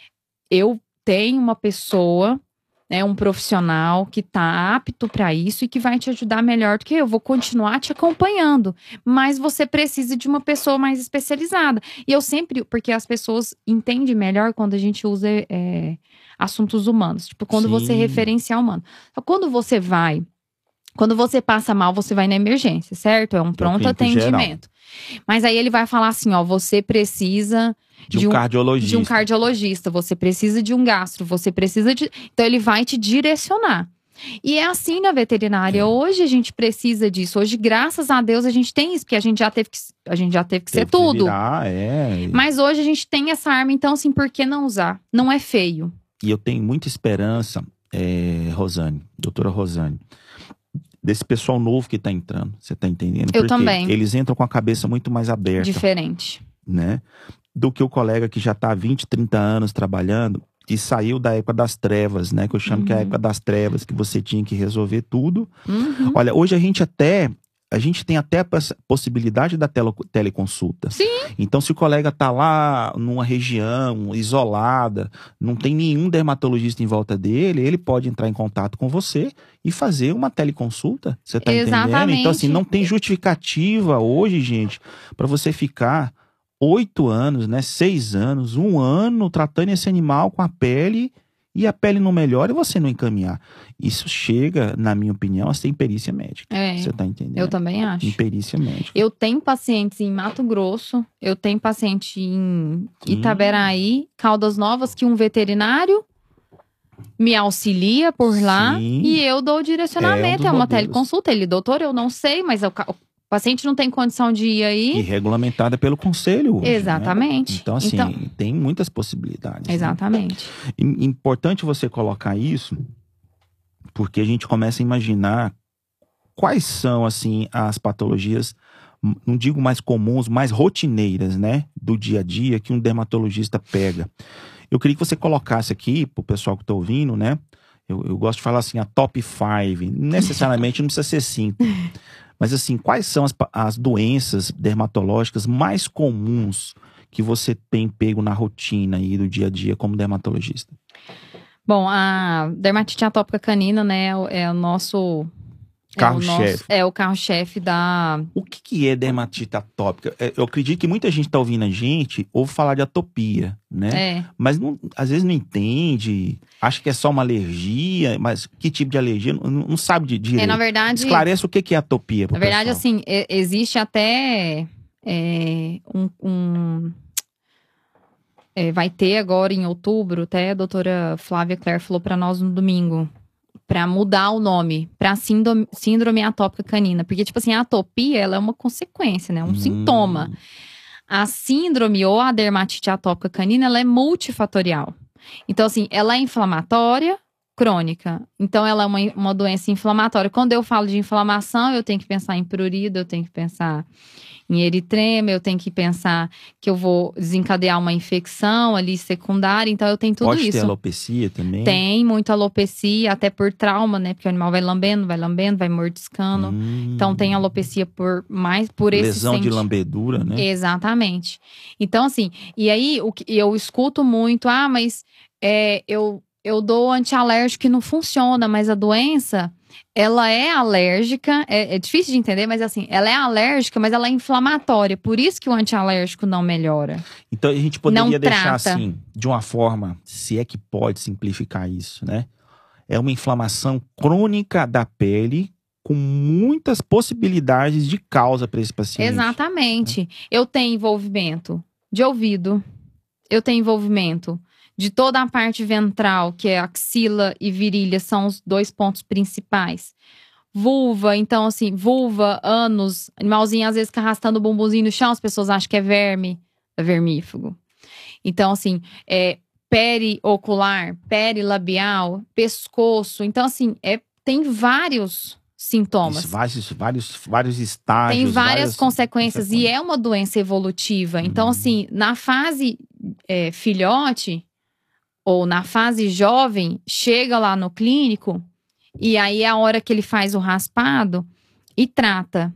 Eu tenho uma pessoa... É um profissional que tá apto para isso e que vai te ajudar melhor do que eu. Vou continuar te acompanhando, mas você precisa de uma pessoa mais especializada. E eu sempre, porque as pessoas entendem melhor quando a gente usa é, assuntos humanos, tipo quando Sim. você referenciar humano. Então, quando você vai, quando você passa mal, você vai na emergência, certo? É um pronto atendimento. Geral. Mas aí ele vai falar assim, ó, você precisa de um, de um cardiologista. De um cardiologista, você precisa de um gastro, você precisa de... Então ele vai te direcionar. E é assim na veterinária. É. Hoje a gente precisa disso. Hoje, graças a Deus, a gente tem isso, porque a gente já teve que, a gente já teve que teve ser tudo. Que virar, é. Mas hoje a gente tem essa arma, então assim, por que não usar? Não é feio. E eu tenho muita esperança, é, Rosane, doutora Rosane, desse pessoal novo que tá entrando. Você tá entendendo? Eu Porque também. eles entram com a cabeça muito mais aberta. Diferente. Né? Do que o colega que já tá há vinte, trinta anos trabalhando e saiu da época das trevas, né? Que eu chamo uhum. que é a época das trevas, que você tinha que resolver tudo. Uhum. Olha, hoje a gente até... A gente tem até a possibilidade da tele, teleconsulta. Sim. Então, se o colega tá lá numa região isolada, não tem nenhum dermatologista em volta dele, ele pode entrar em contato com você e fazer uma teleconsulta. Você tá Exatamente. entendendo? Então, assim, não tem justificativa hoje, gente, para você ficar oito anos, né? Seis anos, um ano tratando esse animal com a pele e a pele não melhora e você não encaminhar. Isso chega, na minha opinião, a ser imperícia médica. É, você tá entendendo? Eu também acho. Imperícia médica. Eu tenho pacientes em Mato Grosso, eu tenho paciente em Itaberaí, Caldas Novas, que um veterinário me auxilia por lá. Sim. E eu dou o direcionamento. É, um é uma modelos. teleconsulta. Ele, doutor, eu não sei, mas eu, o paciente não tem condição de ir aí. E regulamentada pelo conselho hoje, exatamente. Né? Então, assim, então, tem muitas possibilidades. Exatamente. Né? Importante você colocar isso, porque a gente começa a imaginar quais são, assim, as patologias, não digo mais comuns, mais rotineiras, né? Do dia a dia que um dermatologista pega. Eu queria que você colocasse aqui, pro pessoal que tá ouvindo, né? Eu, eu gosto de falar assim, a top five. Necessariamente não precisa ser cinco. Mas assim, quais são as, as doenças dermatológicas mais comuns que você tem pego na rotina aí do dia a dia como dermatologista? Bom, a dermatite atópica canina, né, é o nosso... Carro-chefe. É, é o carro-chefe da... O que, que é dermatite atópica? Eu acredito que muita gente tá ouvindo a gente ouve falar de atopia, né? É. Mas não, às vezes não entende, acha que é só uma alergia, mas que tipo de alergia? Não, não sabe de direito. É, na verdade... Esclarece o que, que é atopia pro Na verdade, pessoal. assim, é, existe até é, um... um é, vai ter agora em outubro, até a doutora Flávia Claire falou para nós no domingo, para mudar o nome para síndrome, síndrome atópica canina. Porque, tipo assim, a atopia, ela é uma consequência, né? Um hum. sintoma. A síndrome ou a dermatite atópica canina, ela é multifatorial. Então, assim, ela é inflamatória, crônica. Então, ela é uma, uma doença inflamatória. Quando eu falo de inflamação, eu tenho que pensar em prurido, eu tenho que pensar em eritrema, eu tenho que pensar que eu vou desencadear uma infecção ali secundária, então eu tenho tudo Pode isso. Pode ter alopecia também? Tem muita alopecia, até por trauma, né? Porque o animal vai lambendo, vai lambendo, vai mordiscando. Hum. Então tem alopecia por mais por esse lesão senti... de lambedura, né? Exatamente. Então assim, e aí o que eu escuto muito, ah, mas é, eu eu dou antialérgico que não funciona, mas a doença Ela é alérgica, é, é difícil de entender, mas assim, ela é alérgica, mas ela é inflamatória. Por isso que o antialérgico não melhora. Então a gente poderia Não deixar trata. assim, de uma forma, se é que pode simplificar isso, né? É uma inflamação crônica da pele com muitas possibilidades de causa para esse paciente. Exatamente. Eu tenho envolvimento de ouvido, eu tenho envolvimento de toda a parte ventral, que é axila e virilha, são os dois pontos principais. Vulva, então assim, vulva, ânus, animalzinho às vezes fica arrastando o bumbumzinho no chão, as pessoas acham que é verme, é vermífugo. Então assim, é periocular, perilabial, pescoço, então assim, é, tem vários sintomas. Isso, vários, vários, vários estágios. Tem várias, várias consequências, consequências. e é uma doença evolutiva. Então, Uhum. assim, na fase é, filhote ou na fase jovem, chega lá no clínico e aí é a hora que ele faz o raspado e trata.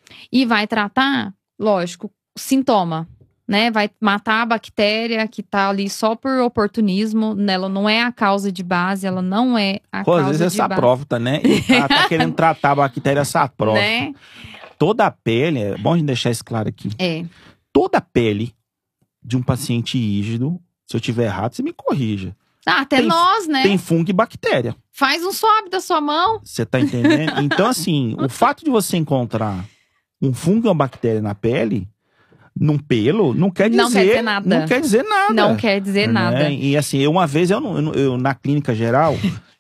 E vai tratar, lógico, sintoma, né? Vai matar a bactéria que tá ali só por oportunismo. Ela não é a causa de base, ela não é a Pô, às causa vezes de é base. saprófita, né? E tá, tá querendo tratar a bactéria saprófita. Né? Toda a pele, é bom a gente deixar isso claro aqui. É. Toda a pele de um paciente rígido, se eu tiver errado, você me corrija. Ah, até Tem- nós, né? Tem fungo e bactéria. Faz um swab da sua mão. Você tá entendendo? Então, assim, o fato de você encontrar um fungo e uma bactéria na pele, num pelo, não quer dizer, Não quer dizer nada. Não quer dizer nada. Não quer dizer né? nada. E assim, eu, uma vez eu, não- eu, não- eu na clínica geral,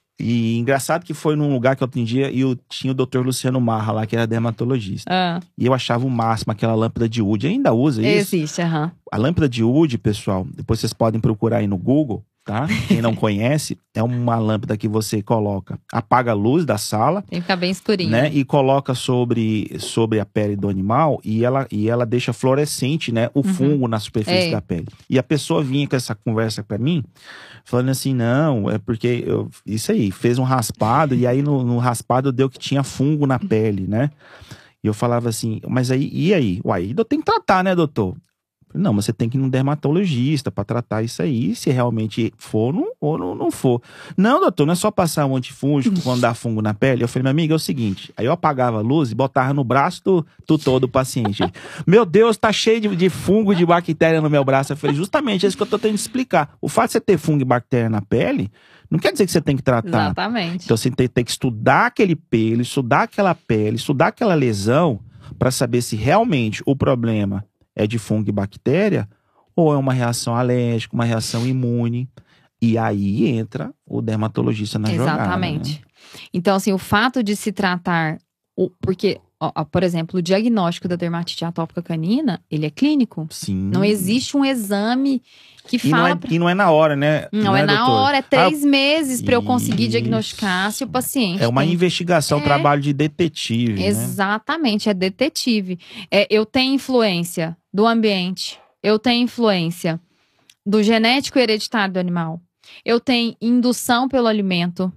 e engraçado que foi num lugar que eu atendia e eu tinha o doutor Luciano Marra lá, que era dermatologista. Ah, E eu achava o máximo aquela lâmpada de Wood. Ainda usa isso? existe, aham. A lâmpada de Wood, pessoal, depois vocês podem procurar aí no Google, tá? Quem não conhece, é uma lâmpada que você coloca, apaga a luz da sala, Tem que ficar bem escurinho. né? E coloca sobre, sobre a pele do animal e ela, e ela deixa fluorescente, né? O fungo na superfície É. da pele. E a pessoa vinha com essa conversa pra mim, falando assim, não, é porque eu, isso aí, fez um raspado e aí no, no raspado deu que tinha fungo na pele, né? E eu falava assim, mas aí, e aí? Uai, eu tenho que tratar, né, doutor? Não, mas você tem que ir num dermatologista pra tratar isso aí, se realmente for não, ou não, não for. Não, doutor, não é só passar um antifúngico quando dá fungo na pele. Eu falei, minha amiga, é o seguinte, aí eu apagava a luz e botava no braço do tutor do paciente. Meu Deus, tá cheio de, de fungo, de bactéria no meu braço. Eu falei, justamente, é isso que eu tô tentando explicar. O fato de você ter fungo e bactéria na pele, não quer dizer que você tem que tratar. Exatamente. Então você tem, tem que estudar aquele pelo, estudar aquela pele, estudar aquela lesão para saber se realmente o problema é de fungo e bactéria ou é uma reação alérgica, uma reação imune. E aí entra o dermatologista na jogada. Exatamente. Né? Então, assim, o fato de se tratar, o, porque, ó, ó, por exemplo, o diagnóstico da dermatite atópica canina, ele é clínico. Sim. Não existe um exame que E não, fala... é, pra- e não é na hora, né? Não, é na doutor? hora, é três meses pra eu conseguir Isso. diagnosticar se o paciente É uma tem. investigação, um É. trabalho de detetive, né? Exatamente, é detetive. É, eu tenho influência do ambiente, eu tenho influência do genético hereditário do animal, eu tenho indução pelo alimento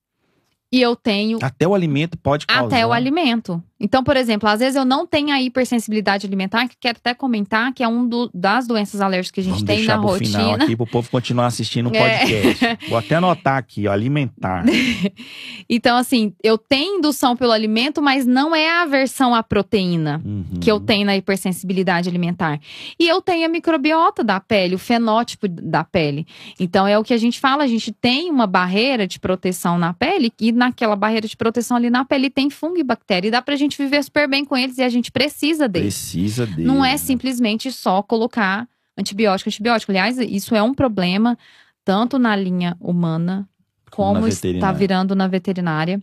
e eu tenho Até o alimento pode causar. até o alimento. Então, por exemplo, às vezes eu não tenho a hipersensibilidade alimentar, que quero até comentar, que é um do- das doenças alérgicas que a gente Vamos tem deixar na pro final rotina. aqui pro povo continuar assistindo o É. podcast. Vou até anotar aqui, ó, alimentar. Então, assim, eu tenho indução pelo alimento, mas não é a aversão à proteína Uhum. que eu tenho na hipersensibilidade alimentar. E eu tenho a microbiota da pele, o fenótipo da pele. Então, é o que a gente fala, a gente tem uma barreira de proteção na pele, e naquela barreira de proteção ali na pele tem fungo e bactéria. E dá pra gente viver super bem com eles, e a gente precisa deles. Precisa dele. Não é né? simplesmente só colocar antibiótico, antibiótico. Aliás, isso é um problema tanto na linha humana, Como na como está veterinária. virando na veterinária.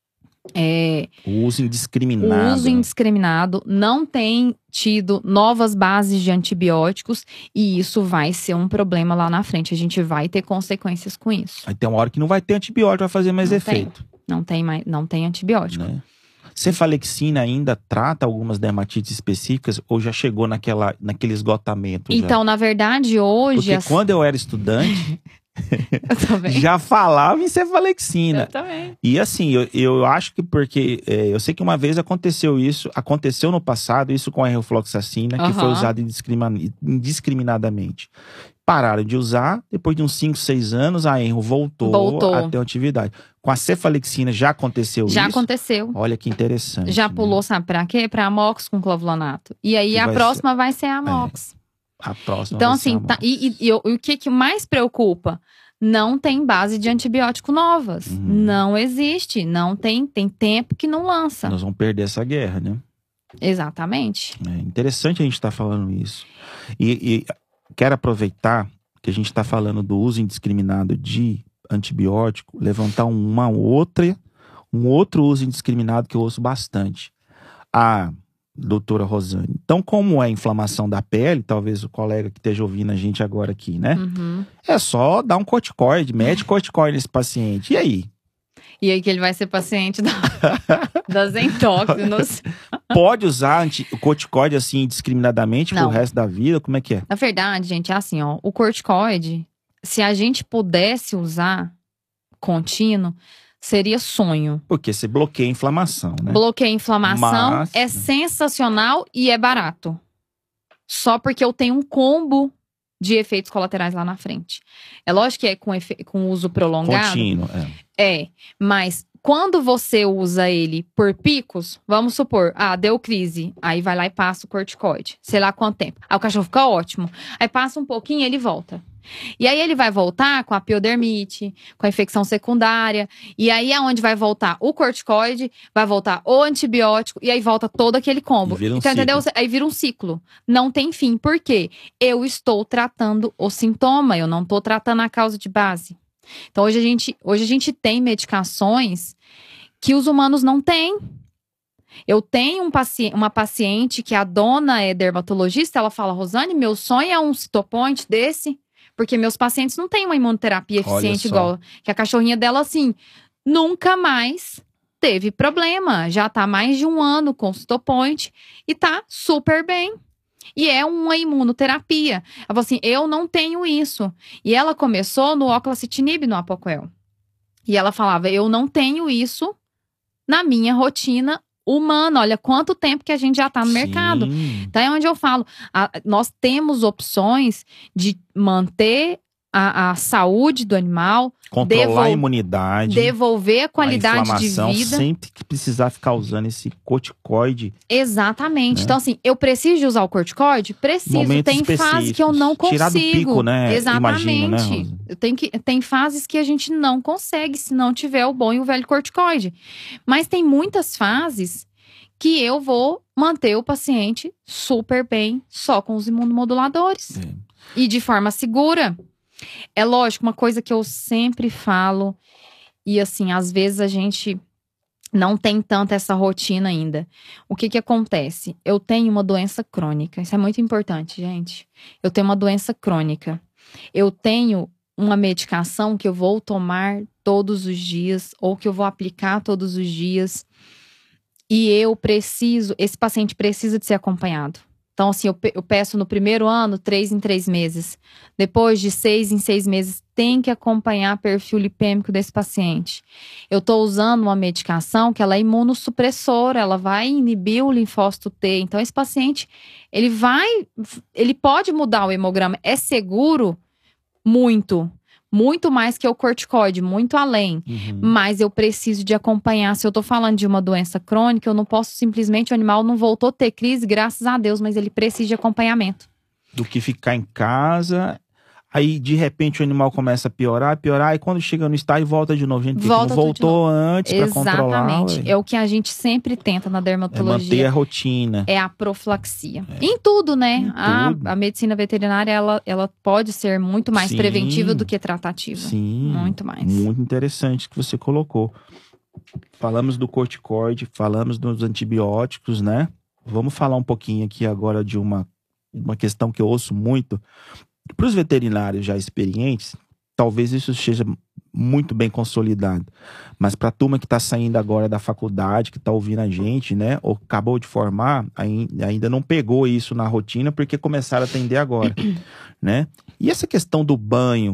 É, O uso o indiscriminado. uso indiscriminado, não tem tido novas bases de antibióticos, e isso vai ser um problema lá na frente. A gente vai ter consequências com isso. Aí tem uma hora que não vai ter antibiótico, vai fazer mais Não efeito. Não tem, mais, não tem antibiótico. Né? Cefalexina ainda trata algumas dermatites específicas ou já chegou naquela, naquele esgotamento? já? Então, na verdade, hoje. Porque as- quando eu era estudante, Eu também. já falava em cefalexina. Eu também. E assim, eu, eu acho que porque... É, eu sei que uma vez aconteceu isso, aconteceu no passado, isso com a enrofloxacina, que Aham. foi usada indiscrima- indiscriminadamente. Pararam de usar, depois de uns cinco, seis anos, a Enro voltou, Voltou. a ter atividade. Com a cefalexina já aconteceu Já isso? aconteceu. Olha que interessante. Já né? pulou, sabe pra quê? Pra Amox com clavulanato. E aí Que a vai próxima vai ser a Amox. A próxima Então, vai ser assim, a tá, Amox. e, e- e o- e o que, que mais preocupa? Não tem base de antibiótico novas. Uhum. Não existe. Não tem, tem tempo que não lança. Nós vamos perder essa guerra, né? Exatamente. É interessante a gente estar falando isso. E, e quero aproveitar que a gente está falando do uso indiscriminado de antibiótico, levantar uma outra, um outro uso indiscriminado que eu ouço bastante. A doutora Rosane. Então, como é inflamação da pele, talvez o colega que esteja ouvindo a gente agora aqui, né? Uhum. É só dar um corticoide, mete corticoide nesse paciente. E aí? E aí que ele vai ser paciente da, das endócrinos. Pode usar anti, o corticoide assim indiscriminadamente pro Não. resto da vida? Como é que é? Na verdade, gente, é assim, ó. O corticoide, se a gente pudesse usar contínuo, seria sonho. Porque você bloqueia a inflamação, né? Bloqueia a inflamação, Mas- é sensacional e é barato. Só porque eu tenho um combo de efeitos colaterais lá na frente. É lógico que é com, efe- com uso prolongado. Contínuo, é. É, mas quando você usa ele por picos, vamos supor, ah, deu crise, aí vai lá e passa o corticoide, sei lá quanto tempo. Aí o cachorro fica ótimo. Aí passa um pouquinho e ele volta. E aí ele vai voltar com a piodermite, com a infecção secundária. E aí aonde vai voltar o corticoide, vai voltar o antibiótico, e aí volta todo aquele combo. E vira um Então, entendeu? ciclo. Aí vira um ciclo. Não tem fim. Por quê? Eu estou tratando o sintoma, eu não estou tratando a causa de base. Então, hoje a gente, hoje a gente tem medicações que os humanos não têm. Eu tenho um paci- uma paciente que a dona é dermatologista, ela fala, Rosane, meu sonho é um citopoint desse, porque meus pacientes não têm uma imunoterapia Olha eficiente só. igual. Que a cachorrinha dela, assim, nunca mais teve problema. Já tá mais de um ano com citopoint e tá super bem. E é uma imunoterapia. Ela falou assim, eu não tenho isso. E ela começou no oclacitinib, no Apoquel. E ela falava, eu não tenho isso na minha rotina humana. Olha quanto tempo que a gente já tá no mercado. Sim. Então é onde eu falo, a- nós temos opções de manter a, a saúde do animal, Controlar Devol- a imunidade. devolver a a qualidade de inflamação, vida. sem que precisar ficar usando esse corticoide. Exatamente. Né? Então, assim, eu preciso de usar o corticoide? Preciso. Momentos Tem fase que eu não consigo. Tirar do pico, né? Exatamente. Imagino, né, Rosa? Eu tenho que, tem fases que a gente não consegue se não tiver o bom e o velho corticoide. Mas tem muitas fases que eu vou manter o paciente super bem só com os imunomoduladores. É. E de forma segura. É lógico, uma coisa que eu sempre falo, e assim, às vezes a gente não tem tanto essa rotina ainda. O que que acontece? Eu tenho uma doença crônica. Isso é muito importante, gente. Eu tenho uma doença crônica. Eu tenho uma medicação que eu vou tomar todos os dias, ou que eu vou aplicar todos os dias. E eu preciso, esse paciente precisa de ser acompanhado. Então, assim, eu, pe- eu peço no primeiro ano, três em três meses. Depois de seis em seis meses, tem que acompanhar perfil lipêmico desse paciente. Eu estou usando uma medicação que ela é imunossupressora, ela vai inibir o linfócito T. Então, esse paciente, ele vai, ele pode mudar o hemograma. É seguro? Muito. Muito mais que o corticoide, muito além. Uhum. Mas eu preciso de acompanhar. Se eu tô falando de uma doença crônica, eu não posso simplesmente, o animal não voltou a ter crise, graças a Deus, mas ele precisa de acompanhamento. Do que ficar em casa, aí de repente o animal começa a piorar, piorar, e quando chega no estágio volta de novo. A gente tem que Volta não tudo de voltou antes pra controlar. Exatamente. ué. É o que a gente sempre tenta na É dermatologia. manter a rotina. É a profilaxia. Em tudo, né? Em A, tudo. a medicina veterinária, ela, ela pode ser muito mais Sim. preventiva do que tratativa. Sim. Muito mais. Muito interessante que você colocou. Falamos do corticoide, falamos dos antibióticos, né? Vamos falar um pouquinho aqui agora de uma, uma questão que eu ouço muito. Para os veterinários já experientes, talvez isso seja muito bem consolidado. Mas para a turma que está saindo agora da faculdade, que está ouvindo a gente, né? Ou acabou de formar, ai- ainda não pegou isso na rotina porque começaram a atender agora, né? E essa questão do banho,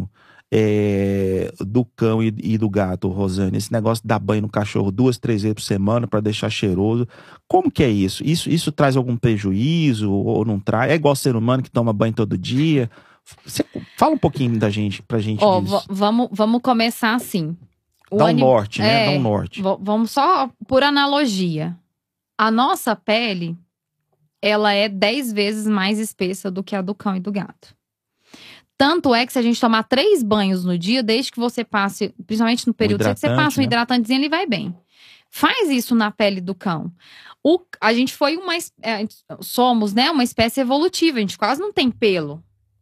é, do cão e, e do gato, Rosane? Esse negócio de dar banho no cachorro duas, três vezes por semana para deixar cheiroso. Como que é isso? isso? Isso traz algum prejuízo ou não traz? É igual ser humano que toma banho todo dia? Você fala um pouquinho da gente, pra gente Ó, disso. v- vamos, vamos começar assim. O Dá um anim- norte, né? É, Dá um norte. v- vamos só por analogia. A nossa pele, ela é dez vezes mais espessa do que a do cão e do gato. Tanto é que se a gente tomar três banhos no dia, desde que você passe, principalmente no período seco, você hidratante, passa um né? hidratantezinho, ele vai bem. Faz isso na pele do cão. O, a gente foi uma. es- é, somos, né, uma espécie evolutiva, a gente quase não tem pelo.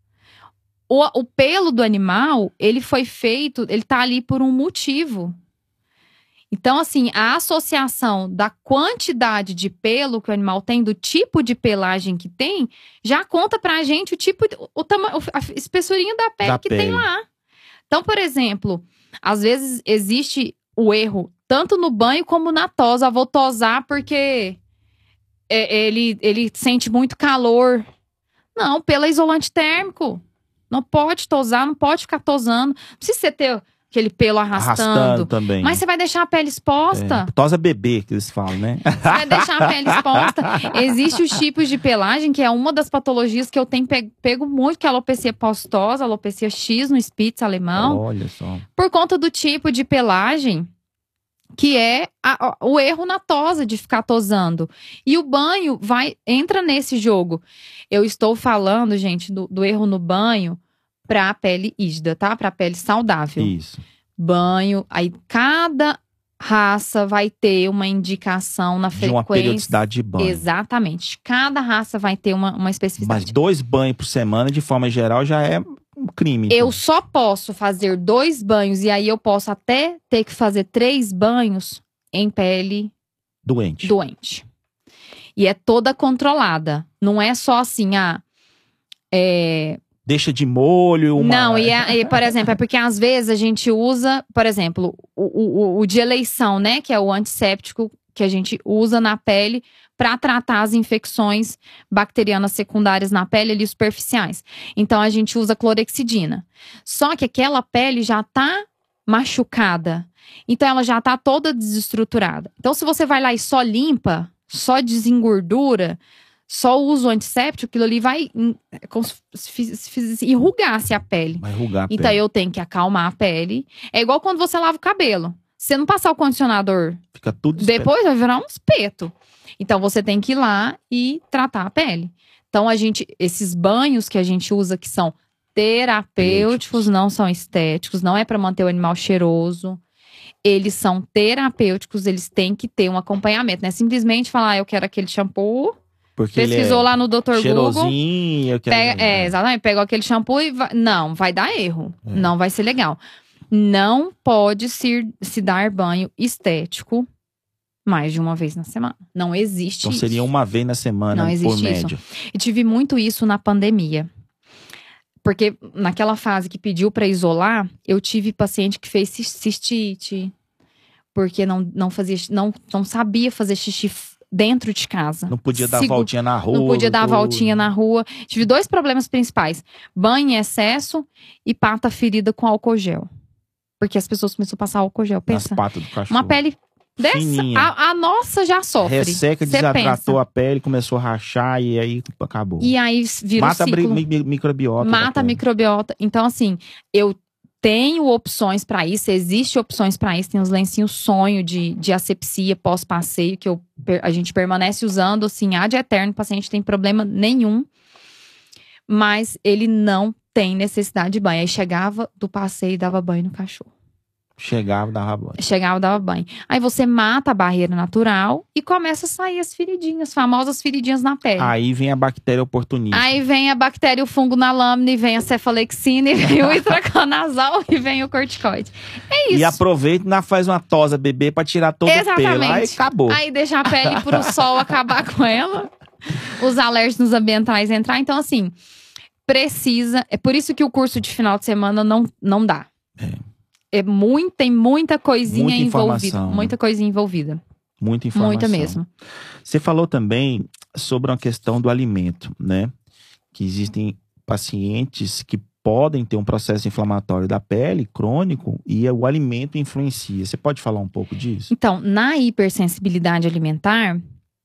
O, o pelo do animal, ele foi feito, ele tá ali por um motivo. Então, assim, a associação da quantidade de pelo que o animal tem, do tipo de pelagem que tem, já conta pra gente o tipo, de- o tamanho, a espessurinha da pele Da que tem pele. lá. Então, por exemplo, às vezes existe o erro tanto no banho como na tosa. Ah, vou tosar porque é, ele, ele sente muito calor. Não, pelo é isolante térmico. Não pode tosar, não pode ficar tosando. Não precisa você ter aquele pelo arrastando. Arrastando também. Mas você vai deixar a pele exposta. É, tosa bebê, que eles falam, né? Você vai deixar a pele exposta. Existem os tipos de pelagem, que é uma das patologias que eu tenho pe- pego muito, que é a alopecia pastosa, a alopecia X no Spitz alemão. Olha só. Por conta do tipo de pelagem, que é a- a- o erro na tosa, de ficar tosando. E o banho vai entra nesse jogo. Eu estou falando, gente, do, do erro no banho para a pele hígida, tá? Para a pele saudável. Isso. Banho, aí cada raça vai ter uma indicação na De frequência. uma periodicidade de banho. Exatamente. Cada raça vai ter uma, uma especificidade. Mas dois banhos por semana, de forma geral, já é um crime. Eu então. só posso fazer dois banhos, e aí eu posso até ter que fazer três banhos em pele Doente. doente. E é toda controlada. Não é só assim, ah. É... Deixa de molho. Uma... Não, e, é, e, por exemplo, é porque às vezes a gente usa, por exemplo, o, o, o de eleição, né? Que é o antisséptico que a gente usa na pele para tratar as infecções bacterianas secundárias na pele ali superficiais. Então a gente usa clorexidina. Só que aquela pele já tá machucada. Então ela já tá toda desestruturada. Então se você vai lá e só limpa, só desengordura, só usa o antisséptico, aquilo ali vai é como se fiz- se fizesse- enrugasse a pele. Vai rugar a Então pele. eu tenho que acalmar a pele. É igual quando você lava o cabelo. Se você não passar o condicionador Fica tudo espe- depois, vai virar um espeto. Então você tem que ir lá e tratar a pele. Então a gente, esses banhos que a gente usa que são terapêuticos, não são estéticos, não é para manter o animal cheiroso. Eles são terapêuticos, eles têm que ter um acompanhamento, não é simplesmente falar, ah, eu quero aquele shampoo, Porque ele pesquisou é lá no doutor Google, cheirosinho. Eu quero... pega, é, exatamente, pegou aquele shampoo e vai, não, vai dar erro, É. não vai ser legal. Não pode se, se dar banho estético mais de uma vez na semana. Não existe Então isso. seria uma vez na semana, Não por existe isso. média. E tive muito isso na pandemia. Porque naquela fase que pediu para isolar, eu tive paciente que fez cis- cistite, porque não, não, fazia, não, não sabia fazer xixi f- dentro de casa. Não podia dar Sigo- voltinha na rua. Não podia dar tudo. voltinha na rua. Tive dois problemas principais: banho em excesso e pata ferida com álcool gel. Porque as pessoas começaram a passar álcool gel. Nas Pensa, patas do cachorro. uma pele dessa, Fininha. a, a nossa já sofre. Resseca, Cê desidratou pensa. a pele, começou a rachar e aí acabou. E aí vira Mata o a bri- ciclo. mi- mi- microbiota. da Mata a pele. microbiota. Então, assim, eu tenho opções para isso, existe opções para isso. Tem os lencinhos sonho de, de asepsia pós-passeio, que eu, per- a gente permanece usando, assim, ad eterno. O paciente tem problema nenhum, mas ele não tem necessidade de banho. Aí chegava do passeio e dava banho no cachorro. Chegava, dava banho. Chegava, dava banho. Aí você mata a barreira natural e começa a sair as feridinhas, famosas feridinhas na pele. Aí vem a bactéria oportunista. Aí vem a bactéria, o fungo na lâmina, e vem a cefalexina, e vem o itraconazol, e vem o corticoide. É isso. E aproveita e ainda faz uma tosa bebê pra tirar todo o pelo. Exatamente. Aí acabou. Aí deixa a pele pro sol acabar com ela, os alérgenos ambientais entrar. Então, assim, precisa. É por isso que o curso de final de semana não, não dá. É muito, tem muita coisinha Muita envolvida. informação, né? Muita coisinha envolvida. Muita informação. Muita mesmo. Você falou também sobre uma questão do alimento, né? Que existem pacientes que podem ter um processo inflamatório da pele crônico e o alimento influencia. Você pode falar um pouco disso? Então, na hipersensibilidade alimentar,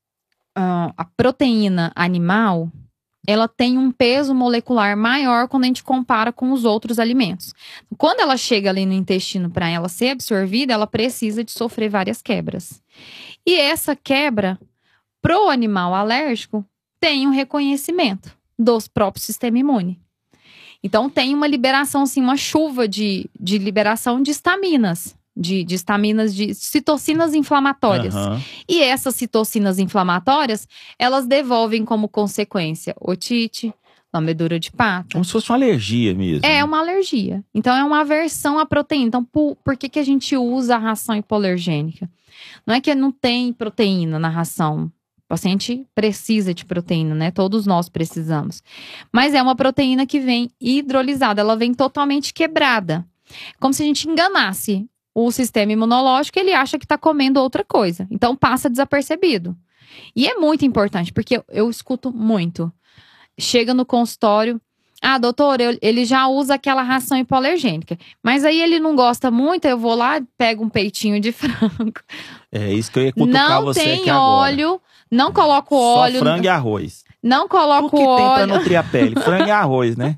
uh, a proteína animal, ela tem um peso molecular maior quando a gente compara com os outros alimentos. Quando ela chega ali no intestino para ela ser absorvida, ela precisa de sofrer várias quebras. E essa quebra, pro animal alérgico, tem um reconhecimento do próprio sistema imune. Então, tem uma liberação, assim, uma chuva de, de liberação de estaminas, de, de estaminas, de citocinas inflamatórias. Uhum. E essas citocinas inflamatórias, elas devolvem como consequência otite, lambedura de pata. Como se fosse uma alergia mesmo. É uma alergia. Então, é uma aversão à proteína. Então, por, por que, que a gente usa a ração hipoalergênica? Não é que não tem proteína na ração. O paciente precisa de proteína, né? Todos nós precisamos. Mas é uma proteína que vem hidrolisada, ela vem totalmente quebrada. Como se a gente enganasse o sistema imunológico, ele acha que está comendo outra coisa. Então passa desapercebido. E é muito importante, porque eu, eu escuto muito. Chega no consultório, ah, doutor, eu, ele já usa aquela ração hipoalergênica. Mas aí ele não gosta muito, eu vou lá, pego um peitinho de frango. É isso que eu ia cutucar não você tem aqui agora. óleo, não coloco Só óleo. frango e arroz. Não coloco O que tem óleo. pra nutrir a pele? Frango e arroz, né?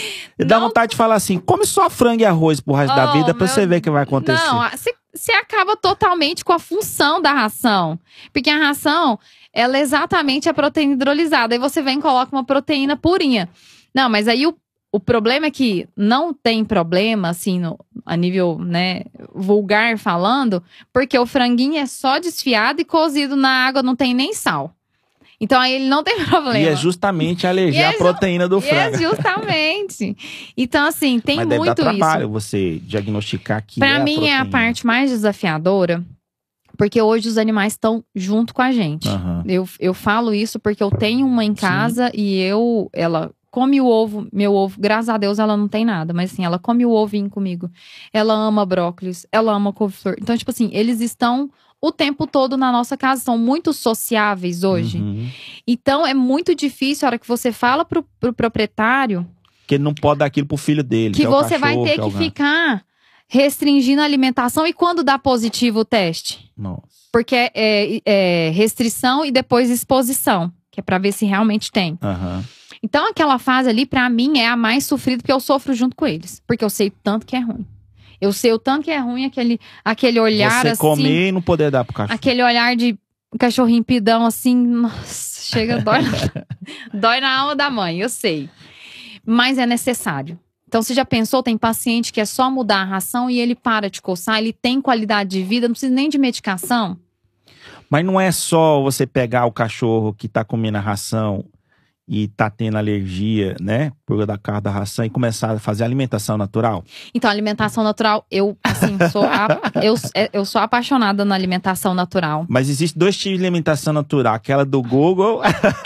E dá Não- vontade de falar assim, come só frango e arroz pro resto da Oh, vida pra meu- você ver o que vai acontecer. Não, você, você acaba totalmente com a função da ração. Porque a ração, ela é exatamente a proteína hidrolisada. Aí você vem e coloca uma proteína purinha. Não, mas aí o, o problema é que não tem problema, assim, no, a nível, né, vulgar falando, porque o franguinho é só desfiado e cozido na água, não tem nem sal. Então aí ele não tem problema. E é justamente a alergia E é à ju- proteína do E é frango. justamente. Então, assim, tem Mas deve muito dar trabalho isso. você diagnosticar que Pra é mim é a proteína. parte mais desafiadora, porque hoje os animais estão junto com a gente. Aham. Eu, eu falo isso porque eu tenho uma em casa e eu, ela come o ovo, meu ovo, graças a Deus ela não tem nada, mas assim, ela come o ovinho comigo. Ela ama brócolis, ela ama couve-flor. Então, tipo assim, eles estão o tempo todo na nossa casa, são muito sociáveis hoje. Uhum. Então, é muito difícil a hora que você fala pro, pro proprietário Porque ele não pode dar aquilo pro filho dele. que é o você vai cachorro, ter é que o gato. ficar restringindo a alimentação. E quando dá positivo o teste? Nossa. Porque é, é- é restrição e depois exposição, que é pra ver se realmente tem. Aham. Então, aquela fase ali, pra mim, é a mais sofrida, porque eu sofro junto com eles. Porque eu sei o tanto que é ruim. Eu sei o tanto que é ruim aquele, aquele olhar Você assim. comer e não poder dar pro cachorro. Aquele olhar de cachorrinho pidão, assim, nossa, chega, dói, dói na alma da mãe, eu sei. Mas é necessário. Então, você já pensou, tem paciente que é só mudar a ração e ele para de coçar, ele tem qualidade de vida, não precisa nem de medicação. Mas não é só você pegar o cachorro que tá comendo a ração e tá tendo alergia, né? Por causa da ração e começar a fazer alimentação natural. Então, alimentação natural, eu, assim, sou, a- eu, eu sou apaixonada na alimentação natural. Mas existe dois tipos de alimentação natural. Aquela do Google.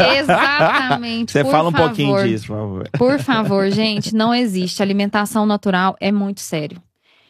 Exatamente. Você por fala um favor. pouquinho disso, por favor. Por favor, gente, não existe. Alimentação natural é muito sério.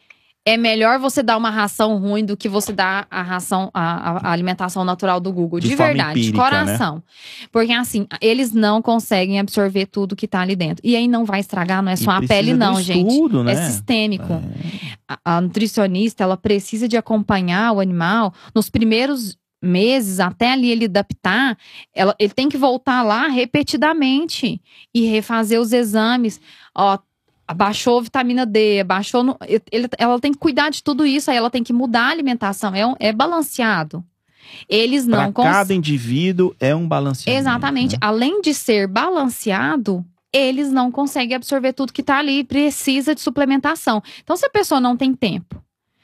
É melhor você dar uma ração ruim do que você dar a ração, a, a- a alimentação natural do Google. De, De forma verdade, de empírica, coração. Porque assim, eles não conseguem absorver tudo que tá ali dentro. E aí não vai estragar, não é só E a precisa pele, do não, gente. estudo, né? É sistêmico. É. A, a nutricionista, ela precisa de acompanhar o animal nos primeiros meses, até ali ele adaptar, ela, ele tem que voltar lá repetidamente e refazer os exames. Ó, abaixou vitamina D, abaixou. No, ele, ela tem que cuidar de tudo isso, aí ela tem que mudar a alimentação. É, um- é balanceado. Eles não Para cada conseguem. indivíduo é um balanceamento. Exatamente. né? Além de ser balanceado, eles não conseguem absorver tudo que tá ali, precisa de suplementação. Então, se a pessoa não tem tempo,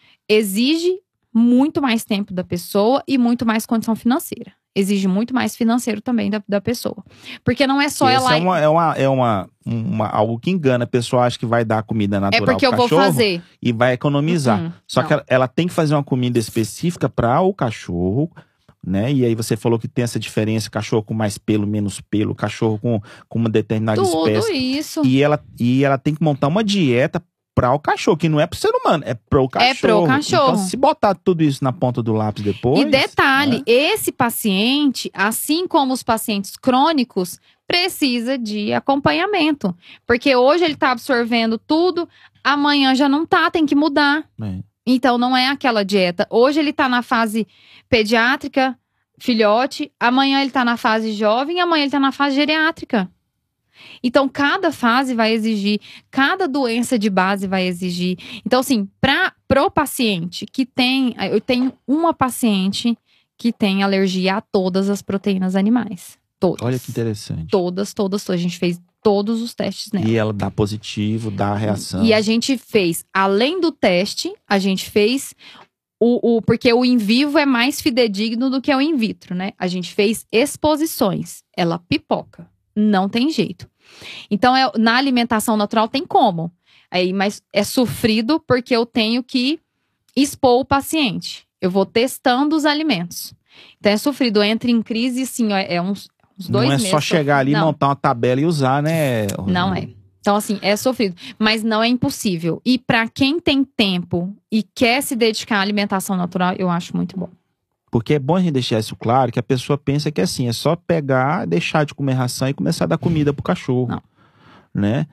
exige muito mais tempo da pessoa e muito mais condição financeira. Exige muito mais financeiro também da, da pessoa. Porque não é só Essa ela. é, uma, é, uma, é uma, uma- algo que engana. A pessoa acha que vai dar comida É natural porque eu pro vou cachorro fazer. e vai economizar. Hum, Só não. que ela, ela tem que fazer uma comida específica para o cachorro, né? E aí você falou que tem essa diferença, cachorro com mais pelo, menos pelo, cachorro com, com uma determinada Tudo espécie. isso. E ela, e ela tem que montar uma dieta para o cachorro, que não é pro ser humano, é pro cachorro. pro cachorro. Então, se botar tudo isso na ponta do lápis depois... E detalhe, né? esse paciente, assim como os pacientes crônicos, precisa de acompanhamento. Porque hoje ele tá absorvendo tudo, amanhã já não tá, tem que mudar. É. Então não é aquela dieta. Hoje ele tá na fase pediátrica, filhote, amanhã ele tá na fase jovem, amanhã ele tá na fase geriátrica. Então, cada fase vai exigir, cada doença de base vai exigir. Então, assim, para pro paciente que tem... Eu tenho uma paciente que tem alergia a todas as proteínas animais. Todas. Olha que interessante. Todas, todas, todas. A gente fez todos os testes nela. E ela dá positivo, dá reação. E a gente fez, além do teste, a gente fez... O, o, porque o in vivo é mais fidedigno do que o in vitro, né? A gente fez exposições. Ela pipoca. Não tem jeito. Então, é, na alimentação natural tem como. Aí, mas é sofrido porque eu tenho que expor o paciente. Eu vou testando os alimentos. Então, é sofrido. Entra em crise, assim, ó, é uns, uns dois meses. Não é só chegar ali, não. montar uma tabela e usar, né? Não é. Então, assim, é sofrido. Mas não é impossível. E para quem tem tempo e quer se dedicar à alimentação natural, eu acho muito bom. Porque é bom a gente deixar isso claro, que a pessoa pensa que assim, é só pegar, deixar de comer ração e começar a dar comida pro cachorro. Não. Né?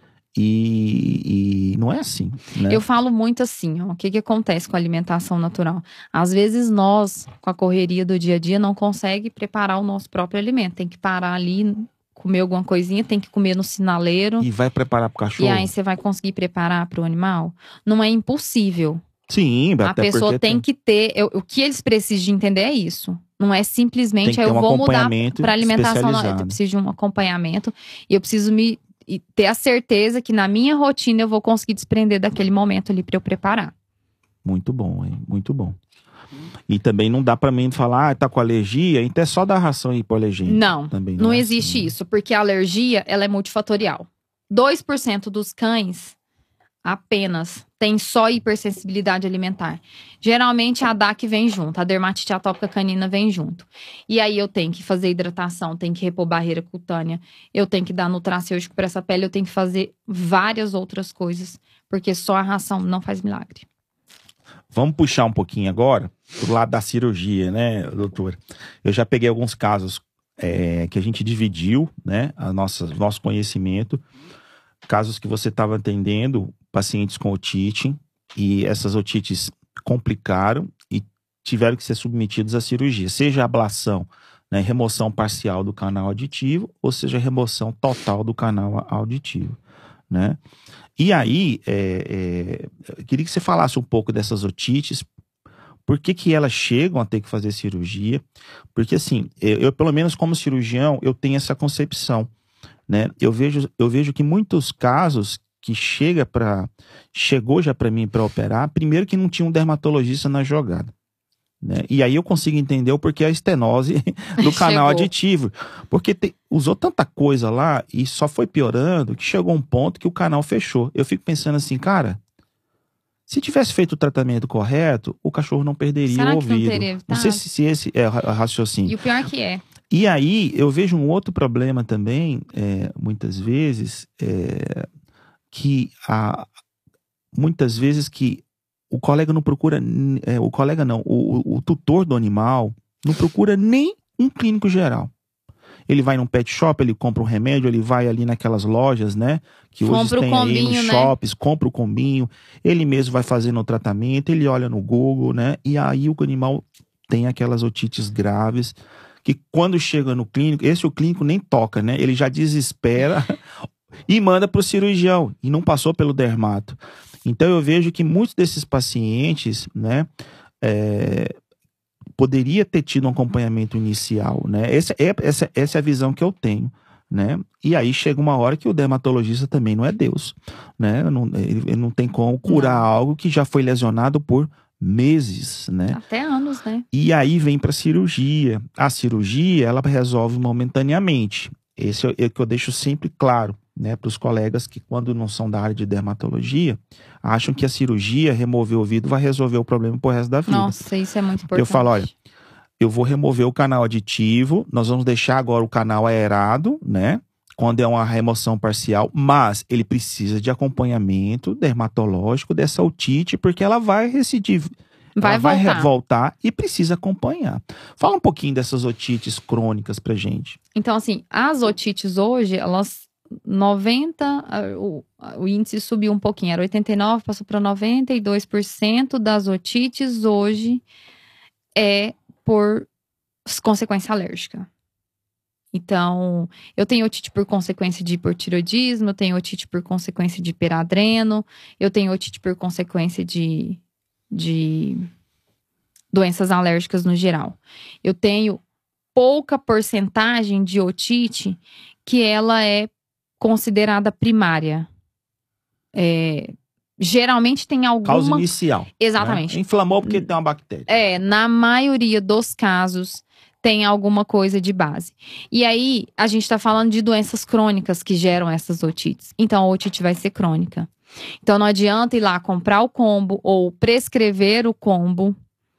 E, e não é assim, né? Eu falo muito assim, ó, o que que acontece com a alimentação natural? Às vezes nós, com a correria do dia a dia, não consegue preparar o nosso próprio alimento. Tem que parar ali, comer alguma coisinha, tem que comer no sinaleiro. E vai preparar pro cachorro. E aí você vai conseguir preparar pro animal? Não é impossível. Sim, a até pessoa porque tem, tem que ter, eu, o que eles precisam de entender é isso. Não é simplesmente, tem que ter eu um vou mudar para alimentação, não, eu preciso de um acompanhamento e eu preciso me e ter a certeza que na minha rotina eu vou conseguir desprender daquele momento ali para eu preparar. Muito bom, hein? Muito bom. E também não dá para mim falar, ah, tá com alergia, então é só dar ração hipoalergênica. Não, também não, não é existe assim, isso, porque a alergia, ela é multifatorial. dois por cento dos cães apenas tem só hipersensibilidade alimentar. Geralmente a D A C vem junto, a dermatite atópica canina vem junto. E aí eu tenho que fazer hidratação, tenho que repor barreira cutânea, eu tenho que dar nutracêutico para essa pele, eu tenho que fazer várias outras coisas, porque só a ração não faz milagre. Vamos puxar um pouquinho agora pro lado da cirurgia, né, doutor? Eu já peguei alguns casos é, que a gente dividiu, né, a nossa, nosso conhecimento, casos que você estava atendendo pacientes com otite e essas otites complicaram e tiveram que ser submetidos à cirurgia, seja ablação, né, remoção parcial do canal auditivo, ou seja, remoção total do canal auditivo, né? E aí, é, é, eu queria que você falasse um pouco dessas otites, por que que elas chegam a ter que fazer cirurgia, porque assim, eu, eu pelo menos como cirurgião, eu tenho essa concepção, né? Eu vejo, eu vejo que muitos casos que chega para chegou já para mim para operar, primeiro que não tinha um dermatologista na jogada, né? E aí eu consigo entender o porquê a estenose do canal aditivo, porque te, usou tanta coisa lá e só foi piorando que chegou um ponto que o canal fechou. Eu fico pensando assim, cara, se tivesse feito o tratamento correto, o cachorro não perderia Será o que não ouvido. teria Não evitado? sei se, se esse é o raciocínio. E o pior que é. E aí, eu vejo um outro problema também, é, muitas vezes, é, que a, muitas vezes que o colega não procura, é, o colega não, o, o tutor do animal não procura nem um clínico geral. Ele vai num pet shop, ele compra um remédio, ele vai ali naquelas lojas, né, que hoje Compra o tem aí combinho, nos né? shops, compra o combinho, ele mesmo vai fazendo o tratamento, ele olha no Google, né, e aí o animal tem aquelas otites graves, que quando chega no clínico, esse o clínico nem toca, né? Ele já desespera e manda para o cirurgião, e não passou pelo dermato. Então eu vejo que muitos desses pacientes, né, é, poderia ter tido um acompanhamento inicial, né? Essa é, essa, essa é a visão que eu tenho, né? E aí chega uma hora que o dermatologista também não é Deus, né? Não, ele, ele não tem como curar Não. algo que já foi lesionado por meses, né? Até anos, né? E aí vem para a cirurgia. A cirurgia, ela resolve momentaneamente. Esse é o que eu deixo sempre claro, né, para os colegas que, quando não são da área de dermatologia, acham que a cirurgia, remover o ouvido, vai resolver o problema pro resto da vida. Nossa, isso é muito importante. Eu falo, olha, eu vou remover o canal aditivo, nós vamos deixar agora o canal aerado, né, quando é uma remoção parcial, mas ele precisa de acompanhamento dermatológico dessa otite, porque ela vai recidir. Vai ela vai voltar. voltar e precisa acompanhar. Fala um pouquinho dessas otites crônicas pra gente. Então, assim, as otites hoje, elas noventa, o, o índice subiu um pouquinho, era oitenta e nove, passou para noventa e dois por cento das otites hoje é por consequência alérgica. Então, eu tenho otite por consequência de hipotireoidismo, eu tenho otite por consequência de hiperadreno, eu tenho otite por consequência de, de doenças alérgicas no geral. Eu tenho pouca porcentagem de otite que ela é considerada primária. É, geralmente tem alguma... Causa inicial. Exatamente. Né? Inflamou porque tem uma bactéria. É, na maioria dos casos tem alguma coisa de base. E aí, a gente tá falando de doenças crônicas que geram essas otites. Então, a otite vai ser crônica. Então, não adianta ir lá comprar o combo ou prescrever o combo,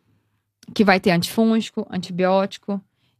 que vai ter antifúngico, antibiótico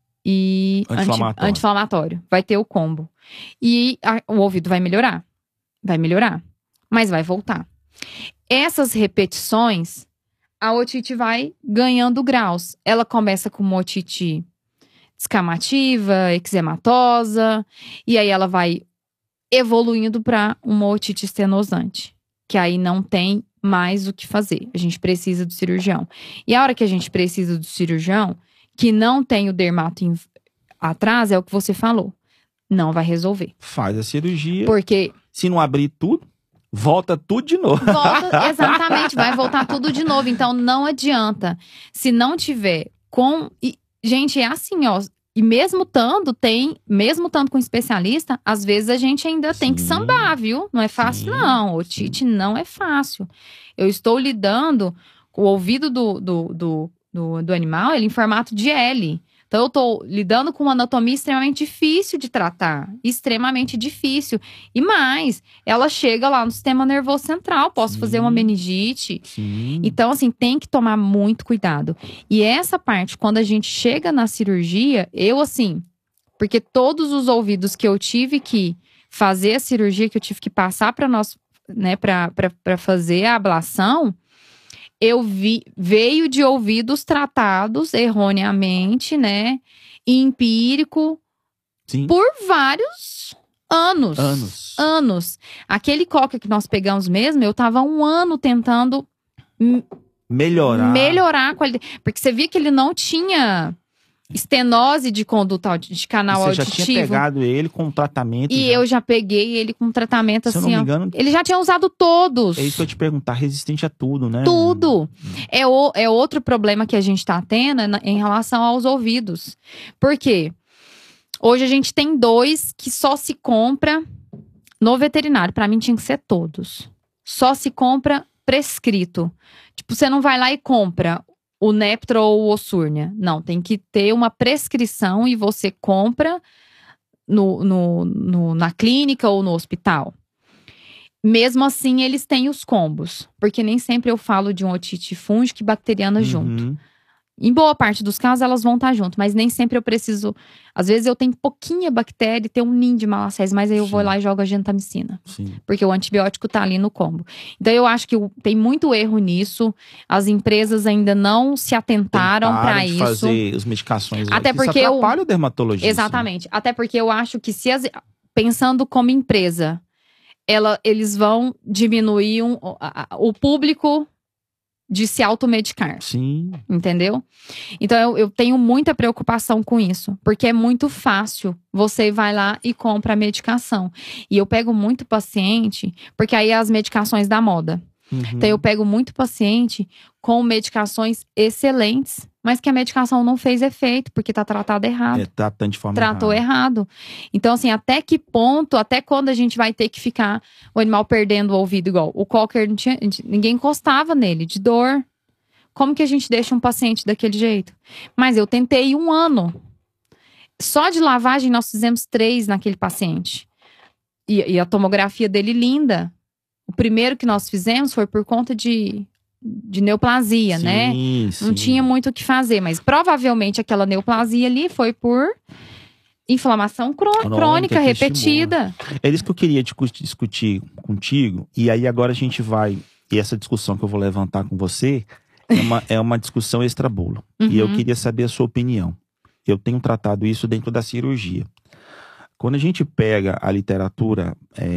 e Anti-inflamatório. anti-inflamatório. Vai ter o combo. E a, o ouvido vai melhorar. Vai melhorar. Mas vai voltar. Essas repetições, a otite vai ganhando graus. Ela começa com uma otite descamativa, eczematosa, e aí ela vai evoluindo para uma otite estenosante, que aí não tem mais o que fazer. A gente precisa do cirurgião. E a hora que a gente precisa do cirurgião, que não tem o dermato atrás, é o que você falou. Não vai resolver. Faz a cirurgia. Porque se não abrir tudo, volta tudo de novo. Volta, exatamente, vai voltar tudo de novo. Então, não adianta. Se não tiver com... E, gente, é assim, ó. E mesmo tanto, tem... Mesmo tanto com especialista, às vezes a gente ainda Sim. tem que sambar, viu? Não é fácil, Sim. não. Otite não é fácil. Eu estou lidando com o ouvido do, do, do, do, do animal, ele em formato de L. Então, eu tô lidando com uma anatomia extremamente difícil de tratar. Extremamente difícil. E mais, ela chega lá no sistema nervoso central. Posso Sim. fazer uma meningite. Sim. Então, assim, tem que tomar muito cuidado. E essa parte, quando a gente chega na cirurgia, eu, assim... Porque todos os ouvidos que eu tive que fazer a cirurgia, que eu tive que passar para nós, né, para para fazer a ablação... Eu vi, veio de ouvidos tratados erroneamente, né? Empírico. Sim. Por vários anos. Anos. Anos. Aquele coca que nós pegamos mesmo, eu tava um ano tentando melhorar. Melhorar a qualidade. Porque você via que ele não tinha estenose de conduta de canal você auditivo. Você já tinha pegado ele com tratamento. E já. eu já peguei ele com tratamento Se assim, eu não me ó. engano, Ele já tinha usado todos. É isso que eu te perguntar, resistente a tudo, né? Tudo. É, o, é outro problema que a gente tá tendo em relação aos ouvidos. Por quê? Hoje a gente tem dois que só se compra no veterinário. Pra mim tinha que ser todos. Só se compra prescrito. Tipo, você não vai lá e compra o Neptro ou o Osurnia. Não, tem que ter uma prescrição e você compra no, no, no, na clínica ou no hospital. Mesmo assim, eles têm os combos. Porque nem sempre eu falo de um otite fúngica e bacteriana Uhum. junto. Em boa parte dos casos, elas vão estar junto. Mas nem sempre eu preciso... Às vezes eu tenho pouquinha bactéria e tem um ninho de malacésia. Mas aí eu Sim. vou lá e jogo a gentamicina. Sim. Porque o antibiótico tá ali no combo. Então eu acho que tem muito erro nisso. As empresas ainda não se atentaram para isso. fazer as medicações. Até porque isso eu... atrapalha o dermatologista. Exatamente. Até porque eu acho que se as... Pensando como empresa... Ela, eles vão diminuir um, a, a, o público de se automedicar. Sim. Entendeu? Então, eu, eu tenho muita preocupação com isso. Porque é muito fácil. Você vai lá e compra a medicação. E eu pego muito paciente... Porque aí é as medicações da moda. Uhum. Então, eu pego muito paciente com medicações excelentes. Mas que a medicação não fez efeito. Porque tá tratado errado. É, tratando de forma Tratou errada. errado. Então, assim, até que ponto, até quando a gente vai ter que ficar o animal perdendo o ouvido igual? O cocker, não tinha, ninguém encostava nele, de dor. Como que a gente deixa um paciente daquele jeito? Mas eu tentei um ano. Só de lavagem nós fizemos três naquele paciente. E, e a tomografia dele linda. O primeiro que nós fizemos foi por conta de... de neoplasia, sim, né? Sim. Não tinha muito o que fazer, mas provavelmente aquela neoplasia ali foi por inflamação crônica, crônica repetida. É isso que eu queria discutir contigo, e aí agora a gente vai, e essa discussão que eu vou levantar com você, é uma, é uma discussão extra-bolo. Uhum. E eu queria saber a sua opinião. Eu tenho tratado isso dentro da cirurgia. Quando a gente pega a literatura,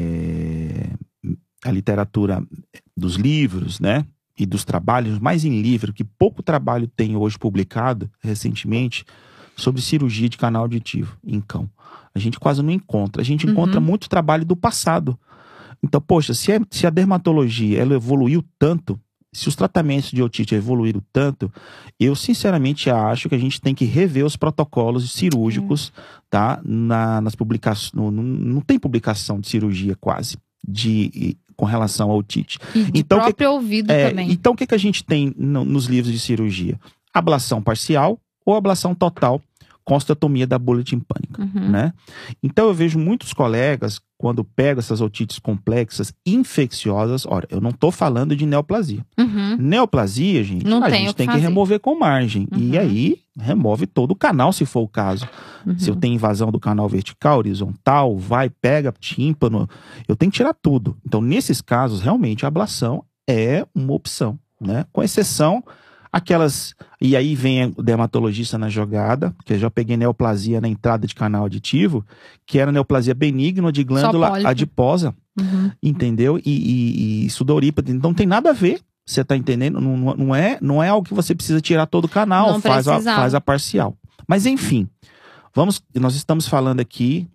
é, a literatura dos livros, né? E dos trabalhos, mais em livro, que pouco trabalho tem hoje publicado, recentemente, sobre cirurgia de canal auditivo em cão. A gente quase não encontra. A gente Uhum. encontra muito trabalho do passado. Então, poxa, se, é, se a dermatologia ela evoluiu tanto, se os tratamentos de otite evoluíram tanto, eu sinceramente acho que a gente tem que rever os protocolos cirúrgicos, uhum. tá? Na, nas publicações. Não, não tem publicação de cirurgia quase, de, com relação ao otite. E de então, próprio que, ouvido é, também. Então, o que, que a gente tem no, nos livros de cirurgia? Ablação parcial ou ablação total com osteotomia da bolha timpânica, uhum. né? Então, eu vejo muitos colegas, quando pegam essas otites complexas, infecciosas, olha, eu não estou falando de neoplasia. Uhum. Neoplasia, gente, não a tem gente que tem fazer. que remover com margem. Uhum. E aí, remove todo o canal, se for o caso. Uhum. Se eu tenho invasão do canal vertical, horizontal, vai, pega, tímpano, eu tenho que tirar tudo. Então, nesses casos, realmente, a ablação é uma opção, né? Com exceção aquelas... E aí vem o dermatologista na jogada, porque eu já peguei neoplasia na entrada de canal auditivo, que era neoplasia benigna de glândula adiposa, uhum. entendeu? E, e, e sudorípata. Então não tem nada a ver, você tá entendendo? Não, não, é, não é algo que você precisa tirar todo o canal, não faz a, faz a parcial. Mas enfim, vamos, nós estamos falando aqui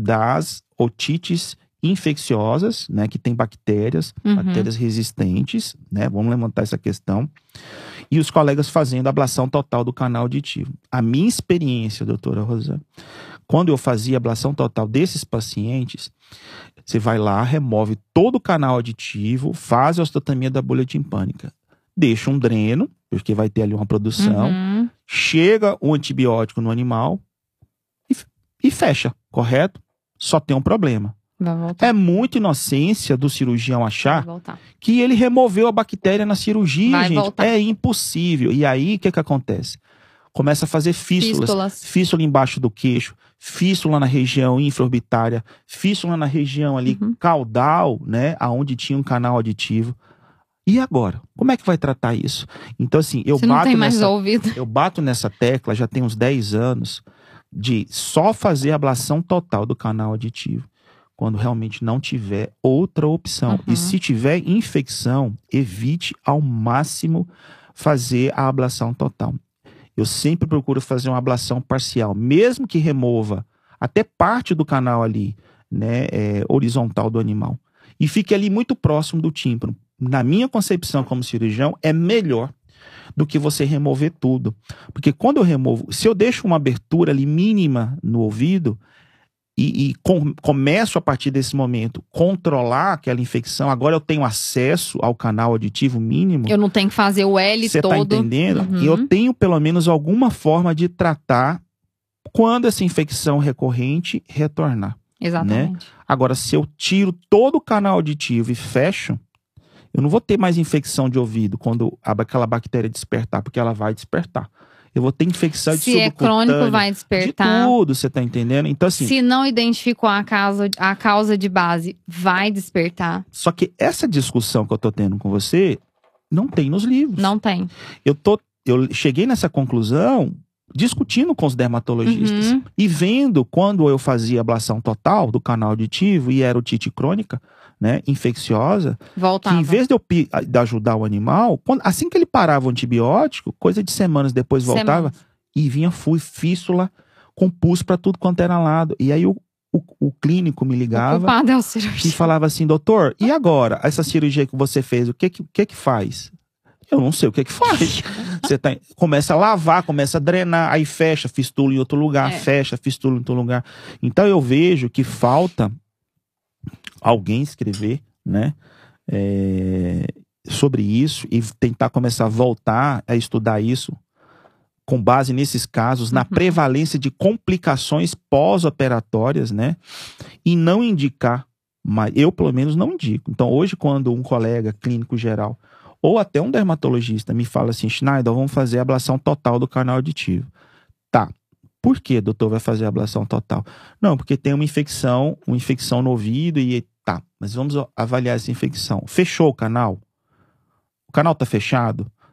das otites infecciosas, né, que tem bactérias, uhum. bactérias resistentes, né, vamos levantar essa questão, e os colegas fazendo ablação total do canal auditivo. A minha experiência, doutora Rosana, quando eu fazia ablação total desses pacientes, você vai lá, remove todo o canal auditivo, faz a osteotomia da bolha timpânica, deixa um dreno, porque vai ter ali uma produção, uhum. chega o antibiótico no animal e, e fecha, correto? Só tem um problema. É muita inocência do cirurgião achar que ele removeu a bactéria na cirurgia, Vai gente. Voltar. É impossível. E aí, o que que acontece? Começa a fazer fístulas. Fístulas. Fístula embaixo do queixo, fístula na região infraorbitária, fístula na região ali uhum. caudal, né? Aonde tinha um canal auditivo. E agora? Como é que vai tratar isso? Então, assim, eu Você bato não tem mais nessa, ouvido. eu bato nessa tecla já tem uns dez anos de só fazer ablação total do canal auditivo quando realmente não tiver outra opção. Uhum. E se tiver infecção, evite ao máximo fazer a ablação total. Eu sempre procuro fazer uma ablação parcial, mesmo que remova até parte do canal ali, né, é, horizontal do animal. E fique ali muito próximo do tímpano. Na minha concepção como cirurgião, é melhor do que você remover tudo. Porque quando eu removo, se eu deixo uma abertura ali mínima no ouvido, E, e com, começo a partir desse momento controlar aquela infecção, agora eu tenho acesso ao canal auditivo mínimo. Eu não tenho que fazer o L Você todo. Você tá entendendo? Uhum. E eu tenho pelo menos alguma forma de tratar quando essa infecção recorrente retornar. Exatamente. Né? Agora, se eu tiro todo o canal auditivo e fecho, eu não vou ter mais infecção de ouvido quando aquela bactéria despertar, porque ela vai despertar. Eu vou ter infecção de Se é crônico, vai despertar. De tudo, você tá entendendo? Então, assim... Se não identificou a causa, a causa de base, vai despertar. Só que essa discussão que eu tô tendo com você, não tem nos livros. Não tem. Eu, tô, eu cheguei nessa conclusão discutindo com os dermatologistas. Uhum. E vendo quando eu fazia ablação total do canal auditivo e era otite crônica, né, infecciosa, voltava. Que em vez de eu de ajudar o animal, quando, assim que ele parava o antibiótico, coisa de semanas depois voltava, semanas. E vinha fui, fístula com pus para tudo quanto era lado. E aí o, o, o clínico me ligava é o cirurgião. E falava assim, doutor, e agora? Essa cirurgia que você fez, o que que, que, que faz? Eu não sei o que que faz. Você tá, começa a lavar, começa a drenar, aí fecha, fistula em outro lugar, é. fecha, fistula em outro lugar. Então eu vejo que falta alguém escrever, né, é, sobre isso e tentar começar a voltar a estudar isso com base nesses casos, na uhum. prevalência de complicações pós-operatórias, né, e não indicar, mas eu pelo menos não indico. Então hoje quando um colega clínico geral ou até um dermatologista me fala assim, Schneider, vamos fazer a ablação total do canal auditivo. Tá. Por que, doutor, vai fazer a ablação total? Não, porque tem uma infecção, uma infecção no ouvido e tá, mas vamos avaliar essa infecção. Fechou o canal? O canal tá fechado?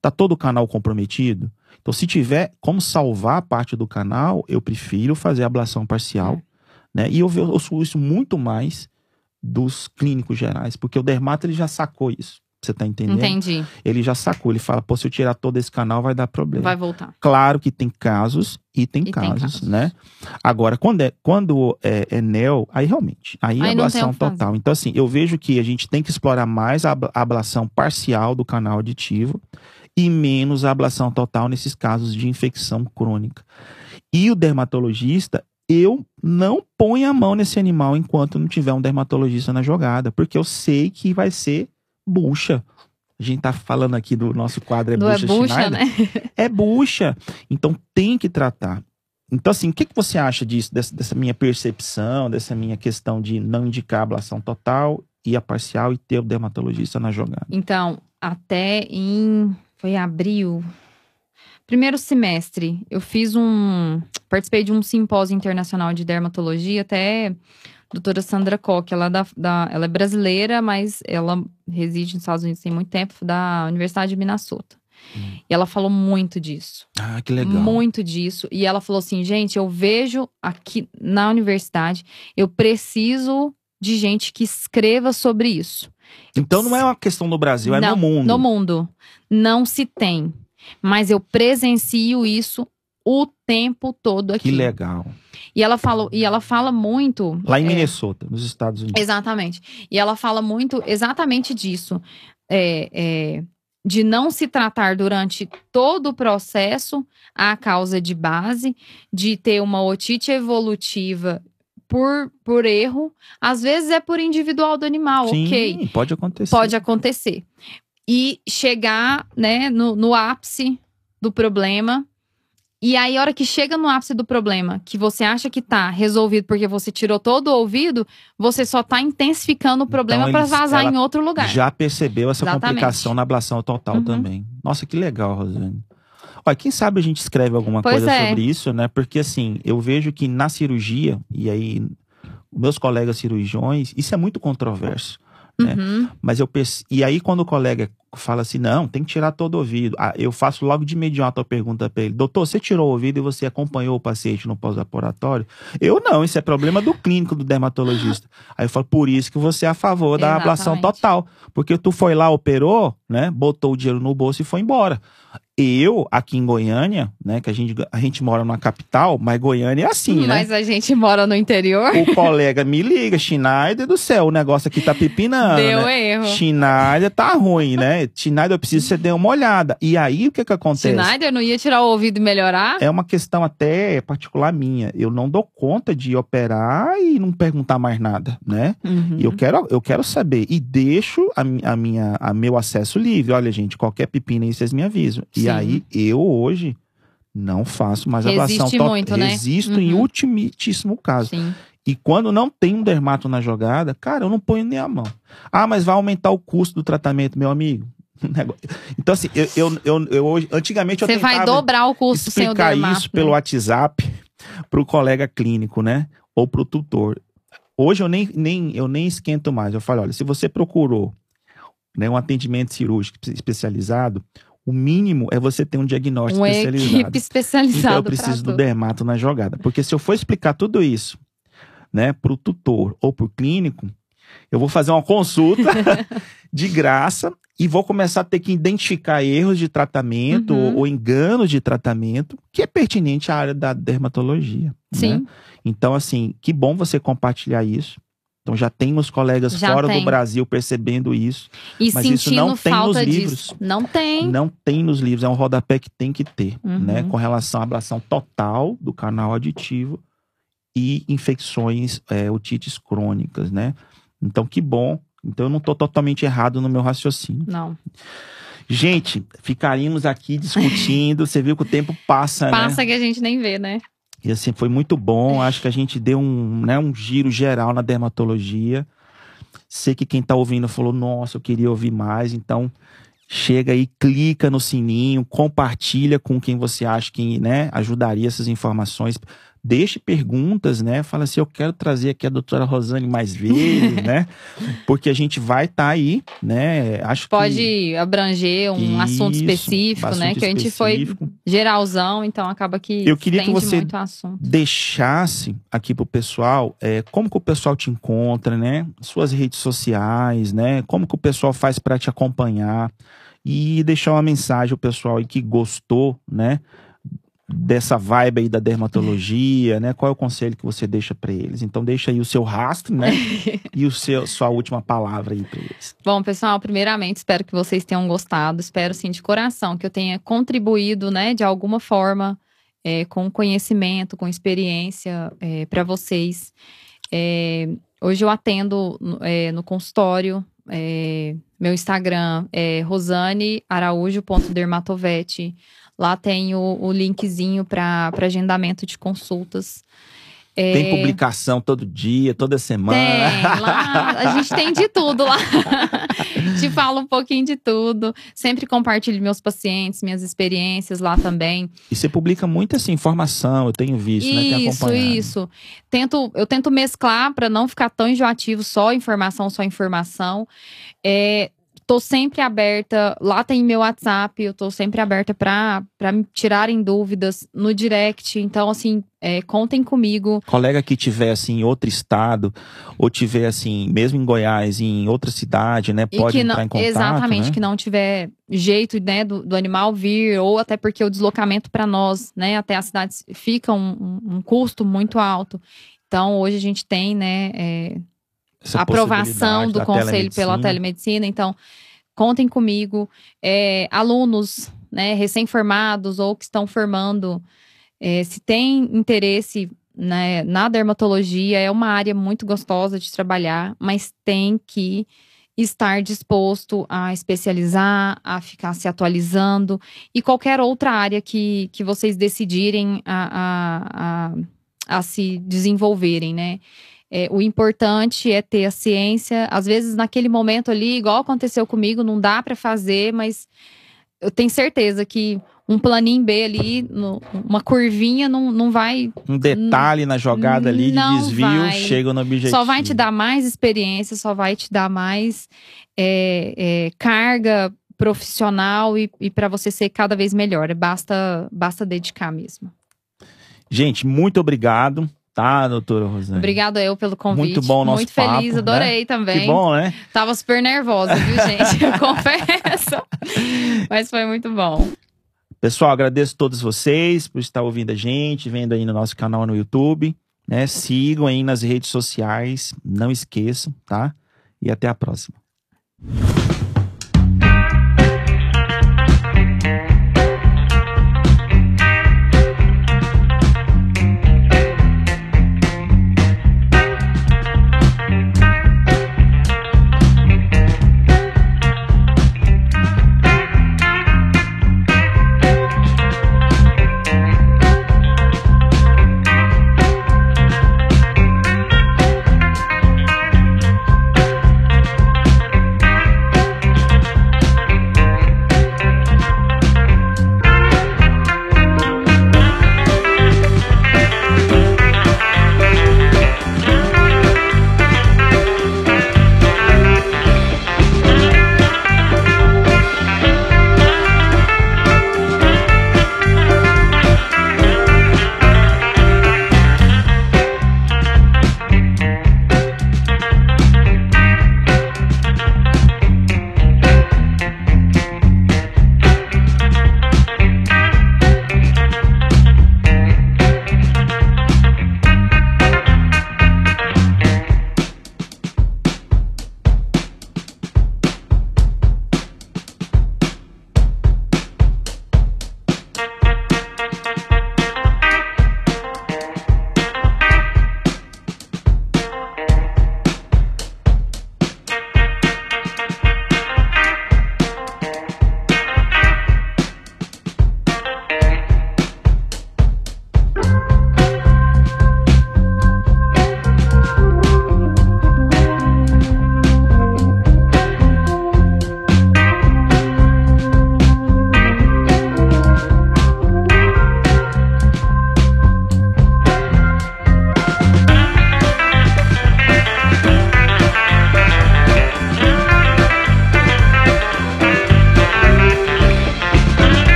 Tá todo o canal comprometido? Então, se tiver como salvar a parte do canal, eu prefiro fazer a ablação parcial, É. né? E eu ouço isso muito mais dos clínicos gerais, porque o dermato ele já sacou isso. Você tá entendendo? Entendi. Ele já sacou, ele fala, pô, se eu tirar todo esse canal vai dar problema. Vai voltar. Claro que tem casos e tem, E tem casos, casos. né? Agora, quando é, quando é, é neo, aí realmente, aí é Aí não tem ablação o que fazer. total. Então assim, eu vejo que a gente tem que explorar mais a ab- a ablação parcial do canal auditivo e menos a ablação total nesses casos de infecção crônica. E o dermatologista, eu não ponho a mão nesse animal enquanto não tiver um dermatologista na jogada, porque eu sei que vai ser bucha. A gente tá falando aqui do nosso quadro é Não é bucha, bucha, Schneider. né? É bucha. Então tem que tratar. Então assim, o que, que você acha disso, dessa, dessa minha percepção, dessa minha questão de não indicar a ablação total e a parcial e ter o dermatologista na jogada? Então, até em... Foi abril... Primeiro semestre, eu fiz um... Participei de um simpósio internacional de dermatologia, até a doutora Sandra Koch, ela, é da, da, ela é brasileira, mas ela reside nos Estados Unidos tem muito tempo, da Universidade de Minnesota. Hum. E ela falou muito disso. Ah, que legal. Muito disso. E ela falou assim, gente, eu vejo aqui na universidade, eu preciso de gente que escreva sobre isso. Então não é uma questão do Brasil, é Não, no mundo. No mundo. Não se tem. Mas eu presencio isso o tempo todo aqui. Que legal. E ela falou, e ela fala muito. Lá em é, Minnesota, nos Estados Unidos. Exatamente. E ela fala muito exatamente disso. É, é, de não se tratar durante todo o processo a causa de base, de ter uma otite evolutiva por, por erro. Às vezes é por individual do animal, Sim, ok. pode acontecer. Pode acontecer. E chegar, né, no, no ápice do problema. E aí, a hora que chega no ápice do problema, que você acha que tá resolvido porque você tirou todo o ouvido, você só tá intensificando o problema Então, pra eles- vazar ela em outro lugar. Já percebeu essa Exatamente. complicação na ablação total Uhum. também. Nossa, que legal, Rosane. Olha, quem sabe a gente escreve alguma Pois coisa é. sobre isso, né? Porque assim, eu vejo que na cirurgia, e aí meus colegas cirurgiões, isso é muito controverso, né? Uhum. Mas eu perce... E aí quando o colega fala assim, não, tem que tirar todo o ouvido. Ah, eu faço logo de imediato a pergunta pra ele, doutor, você tirou o ouvido e você acompanhou o paciente no pós-operatório? Eu não, isso é problema do clínico, do dermatologista. Aí eu falo, por isso que você é a favor da Exatamente. ablação total. Porque tu foi lá, operou, né, botou o dinheiro no bolso e foi embora. Eu, aqui em Goiânia, né, que a gente, a gente mora numa capital, mas Goiânia é assim, né? Mas a gente mora no interior. O colega me liga, Schneider do céu, o negócio aqui tá pipinando, Deu né? erro. Schneider tá ruim, né? Schneider, eu preciso que você dê uma olhada. E aí, o que que acontece? Schneider não ia tirar o ouvido e melhorar? É uma questão até particular minha. Eu não dou conta de operar e não perguntar mais nada, né? Uhum. E eu quero, eu quero saber. E deixo a, mi- a minha, a meu acesso livre. Olha, gente, qualquer pepina aí vocês me avisam. E Sim. aí, eu hoje não faço mais Resiste ablação total. muito, né? Resisto em Uhum. ultimíssimo caso. Sim. E quando não tem um dermato na jogada, cara, eu não ponho nem a mão. Ah, mas vai aumentar o custo do tratamento, meu amigo. Então, assim, eu, eu, eu, eu hoje, antigamente eu Você vai tentava dobrar o custo sem o explicar dermato, isso pelo né? WhatsApp pro colega clínico, né? Ou pro tutor. Hoje eu nem, nem, eu nem esquento mais. Eu falo, olha, se você procurou, né, um atendimento cirúrgico especializado, o mínimo é você ter um diagnóstico Uma especializado. equipe especializada. Então eu pra preciso do tudo. dermato na jogada. Porque se eu for explicar tudo isso, né, pro tutor ou pro clínico, eu vou fazer uma consulta de graça e vou começar a ter que identificar erros de tratamento Uhum. ou, ou enganos de tratamento que é pertinente à área da dermatologia. Sim. Né? Então, assim, que bom você compartilhar isso. Então já tem meus colegas Já fora tem. do Brasil percebendo isso. E Mas isso sentindo não tem falta nos disso. livros. Não tem. Não tem nos livros, é um rodapé que tem que ter, Uhum. né? Com relação à ablação total do canal auditivo e infecções, é, otites crônicas, né? Então, que bom. Então, eu não estou totalmente errado no meu raciocínio. Não. Gente, ficaríamos aqui discutindo. Você viu que o tempo passa, Passa né? que a gente nem vê, né? E assim, foi muito bom. Acho que a gente deu um, né, um giro geral na dermatologia. Sei que quem tá ouvindo falou, nossa, eu queria ouvir mais. Então, chega aí, clica no sininho, compartilha com quem você acha que, né, ajudaria essas informações. Deixe perguntas, né? Fala assim, eu quero trazer aqui a doutora Rosane mais vezes, né? Porque a gente vai estar tá aí, né? Acho Pode que... abranger um Isso, assunto específico, assunto né? Que a gente específico. foi geralzão, então acaba que eu queria que você muito assunto. deixasse aqui pro pessoal é, como que o pessoal te encontra, né? Suas redes sociais, né? Como que o pessoal faz para te acompanhar e deixar uma mensagem ao pessoal aí que gostou, né? Dessa vibe aí da dermatologia, né? Qual é o conselho que você deixa para eles? Então deixa aí o seu rastro, né? E o seu, sua última palavra aí para eles. Bom, pessoal, primeiramente espero que vocês tenham gostado. Espero, sim, de coração, que eu tenha contribuído, né, de alguma forma, é, com conhecimento, com experiência, é, para vocês. É, hoje eu atendo é, no consultório. É, meu Instagram é rosane araújo ponto dermatovete. Lá tem o, o linkzinho para agendamento de consultas. É... Tem publicação todo dia, toda semana. Tem, lá a gente tem de tudo lá. Te falo um pouquinho de tudo. Sempre compartilho meus pacientes, minhas experiências lá também. E você publica muita assim, informação, eu tenho visto, isso, né? Tenho Isso, acompanhado. isso. Tento, eu tento mesclar para não ficar tão enjoativo, só informação, só informação. É... Tô sempre aberta, lá tem meu WhatsApp, eu tô sempre aberta para me tirarem dúvidas no direct. Então, assim, é, contem comigo. Colega que tiver, assim, em outro estado, ou tiver, assim, mesmo em Goiás, em outra cidade, né? Pode entrar não, em contato, exatamente, né? que não tiver jeito, né, do, do animal vir, ou até porque o deslocamento para nós, né, até a cidade fica um, um, um custo muito alto. Então, hoje a gente tem, né, é, a aprovação do conselho pela telemedicina. Então, contem comigo. É, alunos, né, recém-formados ou que estão formando, é, se tem interesse, né, na dermatologia, é uma área muito gostosa de trabalhar, mas tem que estar disposto a especializar, a ficar se atualizando, e qualquer outra área que, que vocês decidirem a, a, a, a se desenvolverem, né? É, o importante é ter a ciência. Às vezes, naquele momento ali, igual aconteceu comigo, não dá para fazer, mas eu tenho certeza que um planinho B ali, no, uma curvinha, não, não vai... Um detalhe na jogada ali de desvio, vai, chega no objetivo. Só vai te dar mais experiência, só vai te dar mais é, é, carga profissional e, e para você ser cada vez melhor. Basta, basta dedicar mesmo. Gente, muito obrigado. Tá, doutora Rosane? Obrigada eu pelo convite. Muito bom o nosso Muito papo, feliz, adorei né? também. Que bom, né? Tava super nervosa, viu, gente? Eu confesso. Mas foi muito bom. Pessoal, agradeço a todos vocês por estar ouvindo a gente, vendo aí no nosso canal no YouTube, né? Sigam aí nas redes sociais, não esqueçam, tá? E até a próxima.